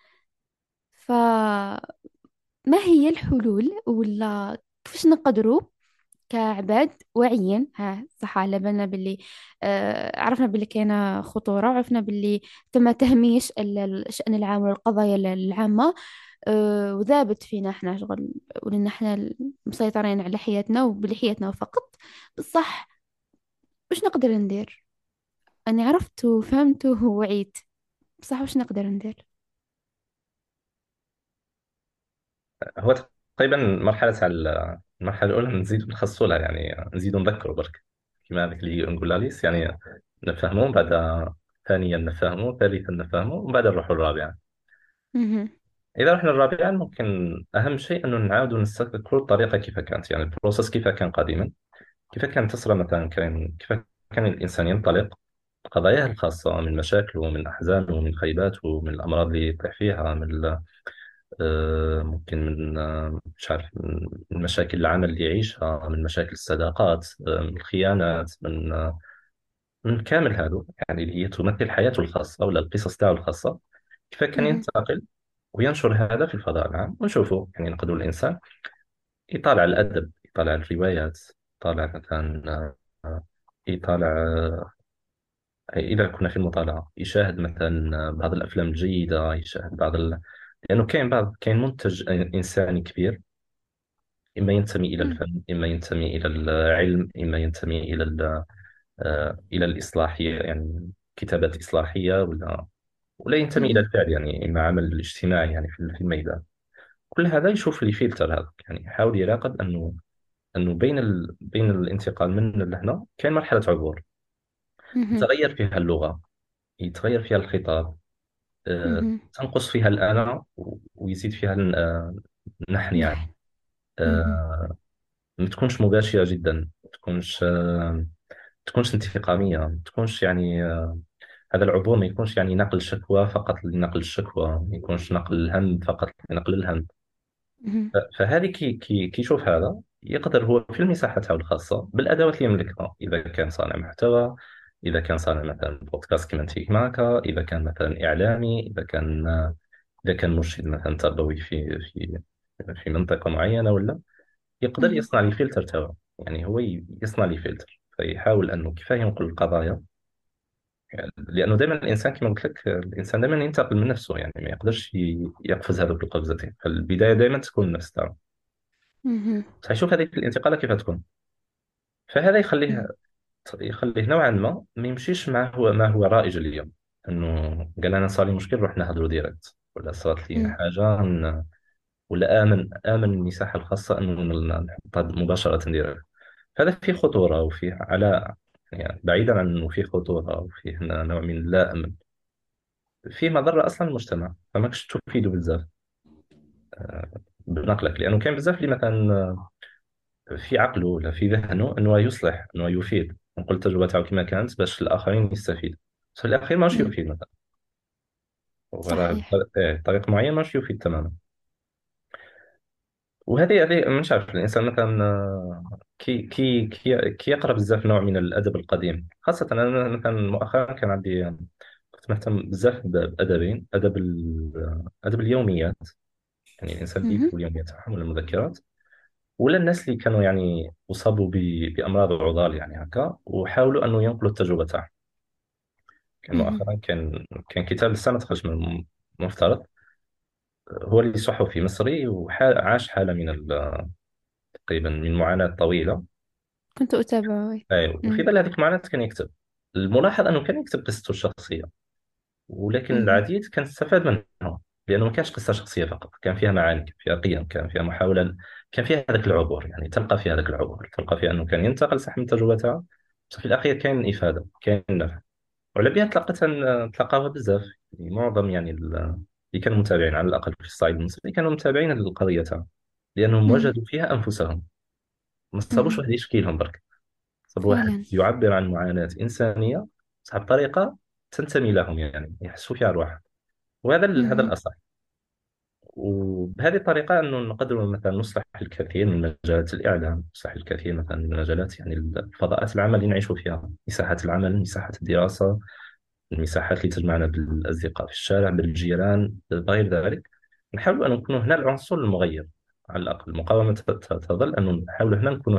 فما هي الحلول، ولا كيفاش نقدروا كعباد واعيين؟ ها صح، على بالنا باللي عرفنا باللي كاينه خطوره، وعرفنا باللي تم تهميش الشأن العام والقضايا العامه، وذابت فينا احنا شغل، ولنا احنا مسيطرين على حياتنا وبلحياتنا فقط. بصح وش نقدر ندير؟ أنا عرفت وفهمت ووعيت، بصح وش نقدر ندير؟ هو تقريبا المرحلة الأولى نزيدو نخصصوا لها، يعني نزيدو نذكروا برك كما هذاك اللي نقول ليس، يعني نفهموا، بعد ثانيا نفهموا، ثالثا نفهموا، ومن بعد نروحوا الرابعة. مهم. إذا رحنا الرابعة ممكن أهم شيء أنه نعاودوا نستذكروا الطريقة كيف كانت، يعني البروسيس كيف كان قديما، كيف كانت تصل مثلا، كيف كان الإنسان ينطلق قضاياه الخاصة من مشاكله ومن أحزانه ومن خيباته ومن الأمراض اللي يطيح فيها، ممكن من مش عارف، من مشاكل العمل اللي يعيشها، من مشاكل الصداقات، من الخيانات، من كامل هذا، يعني اللي هي تمثل حياته الخاصة ولا القصص تاعه الخاصة. كيف كان مهم. ينتقل وينشر هذا في الفضاء العام ونشوفه. يعني نقدر الإنسان يطالع الأدب، يطالع الروايات، يطالع مثلا يطالع إذا كنا في المطالعة يشاهد مثلا بعض الأفلام الجيدة، يشاهد لأنه كاين منتج إنساني كبير، إما ينتمي إلى مهم. الفن، إما ينتمي إلى العلم، إما ينتمي إلى الإصلاحية، يعني كتابات إصلاحية، ولا ينتمي إلى مهم. الفعل، يعني إما عمل اجتماعي يعني في الميدان. كل هذا يشوف لي فلتر هذا، يعني يحاول يراقب أنه بين الانتقال من لهنا كاين مرحلة عبور، مهم. يتغير فيها اللغة، يتغير فيها الخطاب، مهم. تنقص فيها الأنا ويزيد فيها نحن، يعني نحن. مهم. ما تكونش مباشرة جدا، ما تكونش انتقامية، ما تكونش يعني هذا العبور ما يكونش يعني نقل شكوى فقط لنقل الشكوى، ما يكونش نقل الهم فقط لنقل الهم. مهم. فهذه كي يشوف هذا، يقدر هو في المساحة تاعو الخاصة بالأدوات اللي يملكها، إذا كان صانع محتوى، اذا كان صانع مثلا بودكاست كما انت معك، اذا كان مثلا اعلامي، اذا كان مرشد مثلا تربوي في منطقه معينه، ولا يقدر مهم. يصنع لي فلتر تاعو. يعني هو يصنع لي فلتر، فيحاول انه كيفاه ينقل القضايا. يعني لانه دائما الانسان كما قلت لك، الانسان دائما ينتقل من نفسه، يعني ما يقدرش يقفز هذوك القفزتين. فالبدايه دائما تكون النفس تاعو. مهم. سيشوف هذيك الانتقاله كيف تكون. فهذا يخليه نوعا ما يمشيش مع هو رائج اليوم. انه قال انا صار لي مشكل نروح نهضروا ديريكت، ولا صارت لي مهم. حاجه ولا امن المساحه الخاصه انه نحطها مباشره ديريكت. هذا فيه خطوره، وفيه يعني بعيدا عن انه فيه خطوره وفيه نوع من اللا امن، فيه مضره اصلا للمجتمع. فماكش تفيده بزاف بنقلك، لانه كاين بزاف اللي مثلا في عقله ولا في ذهنه انه يصلح، انه يفيد، نقول التجربه تاعو كما كانت باش الاخرين يستفيد. بس الاخير ماش مهم. يفيد مثلا، وراه صحيح. طريق معين ماش يفيد تماما. وهذه مش عارف الانسان مثلا كي يقرا بزاف نوع من الادب القديم. خاصه انا مثلا مؤخرا كان عندي، كنت مهتم بزاف بادبين، ادب اليوميات. يعني الانسان اللي مهم. يكتب اليوميات تاعهم ولا المذكرات، ولا الناس اللي كانوا يعني أصابوا بأمراض عضال يعني هكا، وحاولوا أنه ينقلوا التجربة تاعهم. كان مهم. مؤخرا كان كتاب لسه ما تخرج من المفترض. هو اللي صحفي مصري وعاش حالة تقريبا من معاناة طويلة. كنت أتابعه. أيوة. وفي مم. ظل هذيك المعاناة كان يكتب. الملاحظ أنه كان يكتب قصته الشخصية، ولكن مهم. العديد كان استفاد منه، لأنه ما كانش قصة شخصية فقط، كان فيها معاني، كان فيها قيم، كان فيها محاولة، كان فيها هذاك العبور. يعني تلقى فيها هذاك العبور، تلقى فيها أنه كان ينتقل صح من التجربة تاعه، بس في الأخير كاين إفادة، كاين نفع. وعلى بها تلقاوها بزاف. يعني معظم يعني اللي كانوا متابعين على الأقل في الصعيد المصري كانوا متابعين للقضية تاعه، لأنهم مهم. وجدوا فيها أنفسهم. ما صابوش مهم. واحد يشكي لهم برك، صاب واحد فعلا. يعبر عن معاناة إنسانية صح بطريقة تنتمي لهم، يعني يحسوا فيها أرواحهم. هذا مهم. الأصل. وبهذه الطريقة أنه نقدر مثلا نصلح الكثير من مجالات الإعلام، نصلح الكثير مثلا من مجالات يعني الفضاءات العمل اللي نعيش فيها، مساحات العمل، مساحات الدراسة، المساحات اللي تجمعنا بالأصدقاء في الشارع، بالجيران، غير ذلك. نحاول أن نكون هنا العنصر المغير. على الأقل المقاومة تظل أن نحاول هنا نكون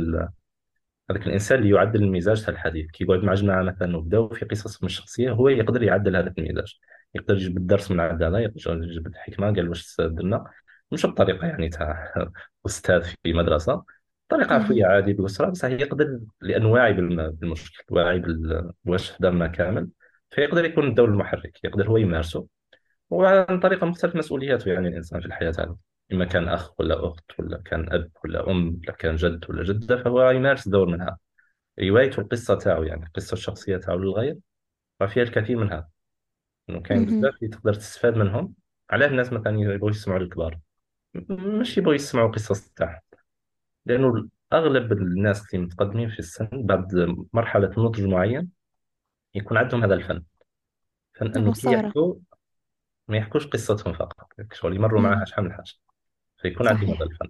هذاك الإنسان اللي يعدل المزاج تاع الحديث. كي يقعد مع جماعة مثلا وبداو في قصصهم الشخصية، هو يقدر يعدل هذاك المزاج، يقدر يجيب الدرس من عند هذا، يقدر يجيب الحكمة، قال واش درنا. مش بطريقة يعني تاع أستاذ في مدرسة، طريقة مهم. عفوية عادي بأسرة، بصح يقدر لأنه واعي بالمشكل، واعي واش درنا كامل. فيقدر يكون الدور المحرك، يقدر هو يمارسه. وعن طريقة مختلف مسؤولياته يعني الإنسان في الحياة هذه، إما كان أخ ولا أخت، ولا كان أب ولا أم، ولا كان جد ولا جدة، فهو يمارس دور منها. روايته القصة تاعو، يعني القصة الشخصية تاعو للغير، فيها الكثير من هذا. إنه كاين مهم. بزاف اللي تقدر تستفاد منهم. علاه الناس مثلا يبغوا يسمعوا للكبار، مش يبغوا يسمعوا قصص تاعهم. لأنه أغلب الناس اللي متقدمين في السن بعد مرحلة نضج معين يكون عندهم هذا الفن، فن أنه كي وصارة. يحكوا ما يحكوش قصتهم فقط، شغل يمروا معها مم. شحال من حاجة، فيكون عندهم هذا صحيح. الفن.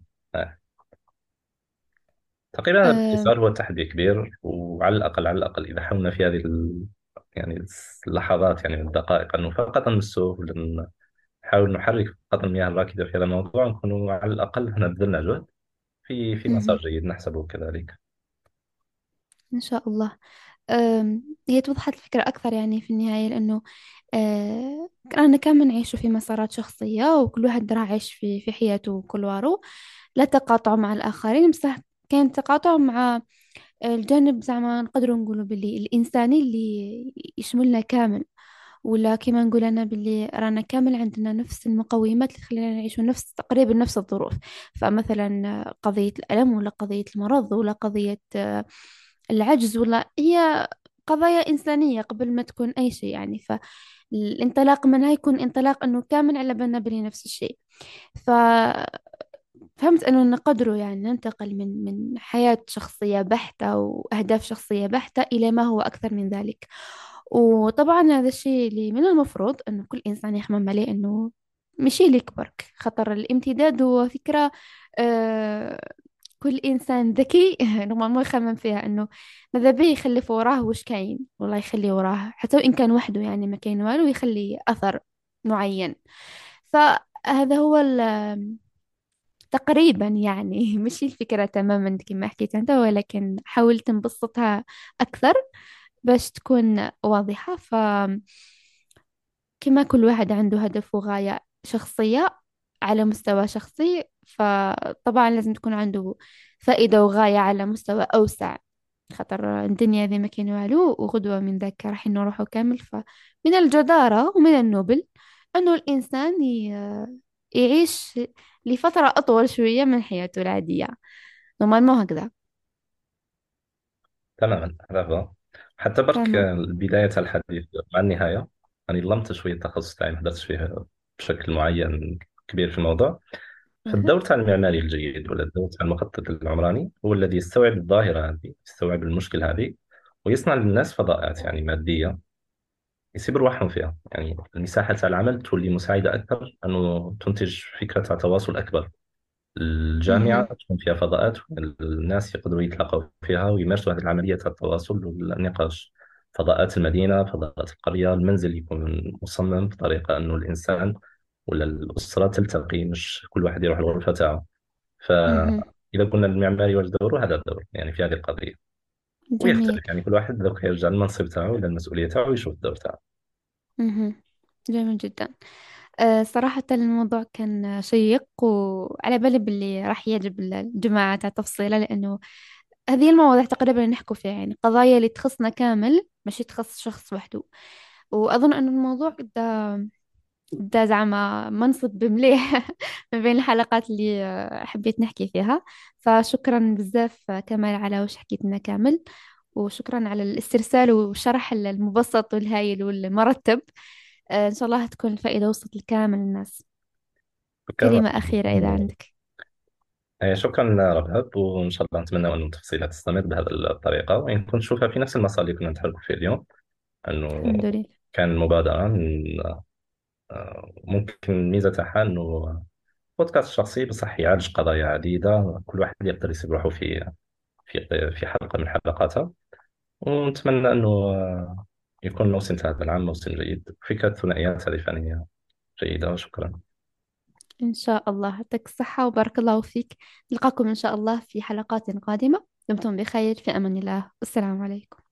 تقريبا هذا أه. باختصار هو تحدي كبير. وعلى الأقل على الأقل إذا حاولنا في هذه يعني اللحظات، يعني الدقائق، أنه فقط نمسوه، ولا نحاول نحرك فقط المياه الراكدة في هذا الموضوع، نكون على الأقل هنا بذلنا جهد في مسار مهم. جيد نحسبه كذلك. إن شاء الله. هي توضحت الفكرة أكثر يعني في النهاية، لأنه رانا كامل نعيش في مسارات شخصية، وكل واحد راه عايش في حياته وكل وارو، لا تقاطع مع الآخرين، بصح كان تقاطع مع الجانب زعما نقدروا نقولوا باللي الإنساني اللي يشملنا كامل. ولا كما نقول أنا باللي رانا كامل عندنا نفس المقومات اللي تخلينا نعيش نفس تقريبا نفس الظروف. فمثلا قضية الألم، ولا قضية المرض، ولا قضية العجز، ولا هي قضايا إنسانية قبل ما تكون أي شيء يعني. فالانطلاق منها يكون انطلاق أنه كامل على بالنا بلي نفس الشيء. فهمت أنه نقدر يعني ننتقل من حياة شخصية بحتة وأهداف شخصية بحتة إلى ما هو أكثر من ذلك. وطبعا هذا الشيء اللي من المفروض أنه كل إنسان يخمم عليه، أنه ماشي اللي يكبرك خطر الامتداد هو فكرة آه، كل إنسان ذكي نورمالمون يخمم فيها إنه ماذا بيه يخلي في وراه وش كاين، والله يخلي وراه حتى وإن كان وحده، يعني ما كاين والو يخلي أثر معين. فهذا هو تقريبا يعني مش الفكرة تماما كما حكيت أنت، ولكن حاولت نبسطها أكثر باش تكون واضحة. كما كل واحد عنده هدف وغاية شخصية على مستوى شخصي، فطبعا لازم تكون عنده فائدة وغاية على مستوى أوسع. خاطر الدنيا ذي ما كاين والو، وغدوة من ذاك راح نروحوا كامل. فمن الجدارة ومن النبل أنه الإنسان يعيش لفترة أطول شوية من حياته العادية. نورمالمون هكذا. تماما، هذا هو. حتى برك تمام. بداية الحديث مع النهاية، أنا ظلمت شوية التخصص تاعي، ما هدرتش فيه بشكل معين كبير في الموضوع. أها. فالدور تاع المعماري الجيد ولا الدور تاع المخطط العمراني هو الذي يستوعب الظاهرة هذه، يستوعب المشكل هذه، ويصنع للناس فضاءات يعني مادية يسيب رواحهم فيها. يعني المساحة تاع العمل تولي مساعدة أكثر أنه تنتج فكرة تاع تواصل أكبر. الجامعة أها. تكون فيها فضاءات الناس يقدروا يتلاقوا فيها ويمارسوا هذه العملية تاع التواصل والنقاش. فضاءات المدينة، فضاءات القرية، المنزل يكون مصمم بطريقة أنه الإنسان ولا الأسرة تلتقي، مش كل واحد يروح الغرفة تاعه. أها. فإذا قلنا المعماري واش دوره، هذا الدور يعني في هذه القضية. جميل. ويختلف يعني كل واحد ذوك يرجع للمنصب تاعه ولا المسؤولية تاعه ويشوف الدور تاعه. أها. جميل جدا. صراحة الموضوع كان شيق، وعلى بالي باللي راح يعجب الجماعة تاع التفصيلة، لأنه هذه المواضيع تقريبا نحكوا فيها يعني قضايا اللي تخصنا كامل، مش تخص شخص وحده. وأظن أن الموضوع دا زعما منصب مليح ما بين الحلقات اللي حبيت نحكي فيها. فشكرا بزاف كمال على وش حكيت لنا كامل، وشكرا على الاسترسال والشرح المبسط والهايل والمرتب. إن شاء الله تكون الفائدة وصلت لكامل الناس. شكرا. كلمة أخيرة إذا عندك. شكرا رغب، وإن شاء الله نتمنى أن التفصيلات تستمر بهذه الطريقة، وإن كنت نشوفها في نفس المسار اللي كنا نتحرك فيه اليوم. أنه الحمد لله. كان مبادرة ممكن الميزة تاعها أنه بودكاست شخصي بصح يعالج قضايا عديدة، كل واحد يقدر يسيب روحه في حلقة من حلقاتها. ونتمنى أنه يكون موسم هذا العام موسم جيد. فكرة ثنائيات هذه فنية جيدة. وشكرا. إن شاء الله يعطيك الصحة وبارك الله فيك. نلقاكم إن شاء الله في حلقات قادمة. دمتم بخير، في أمان الله، والسلام عليكم.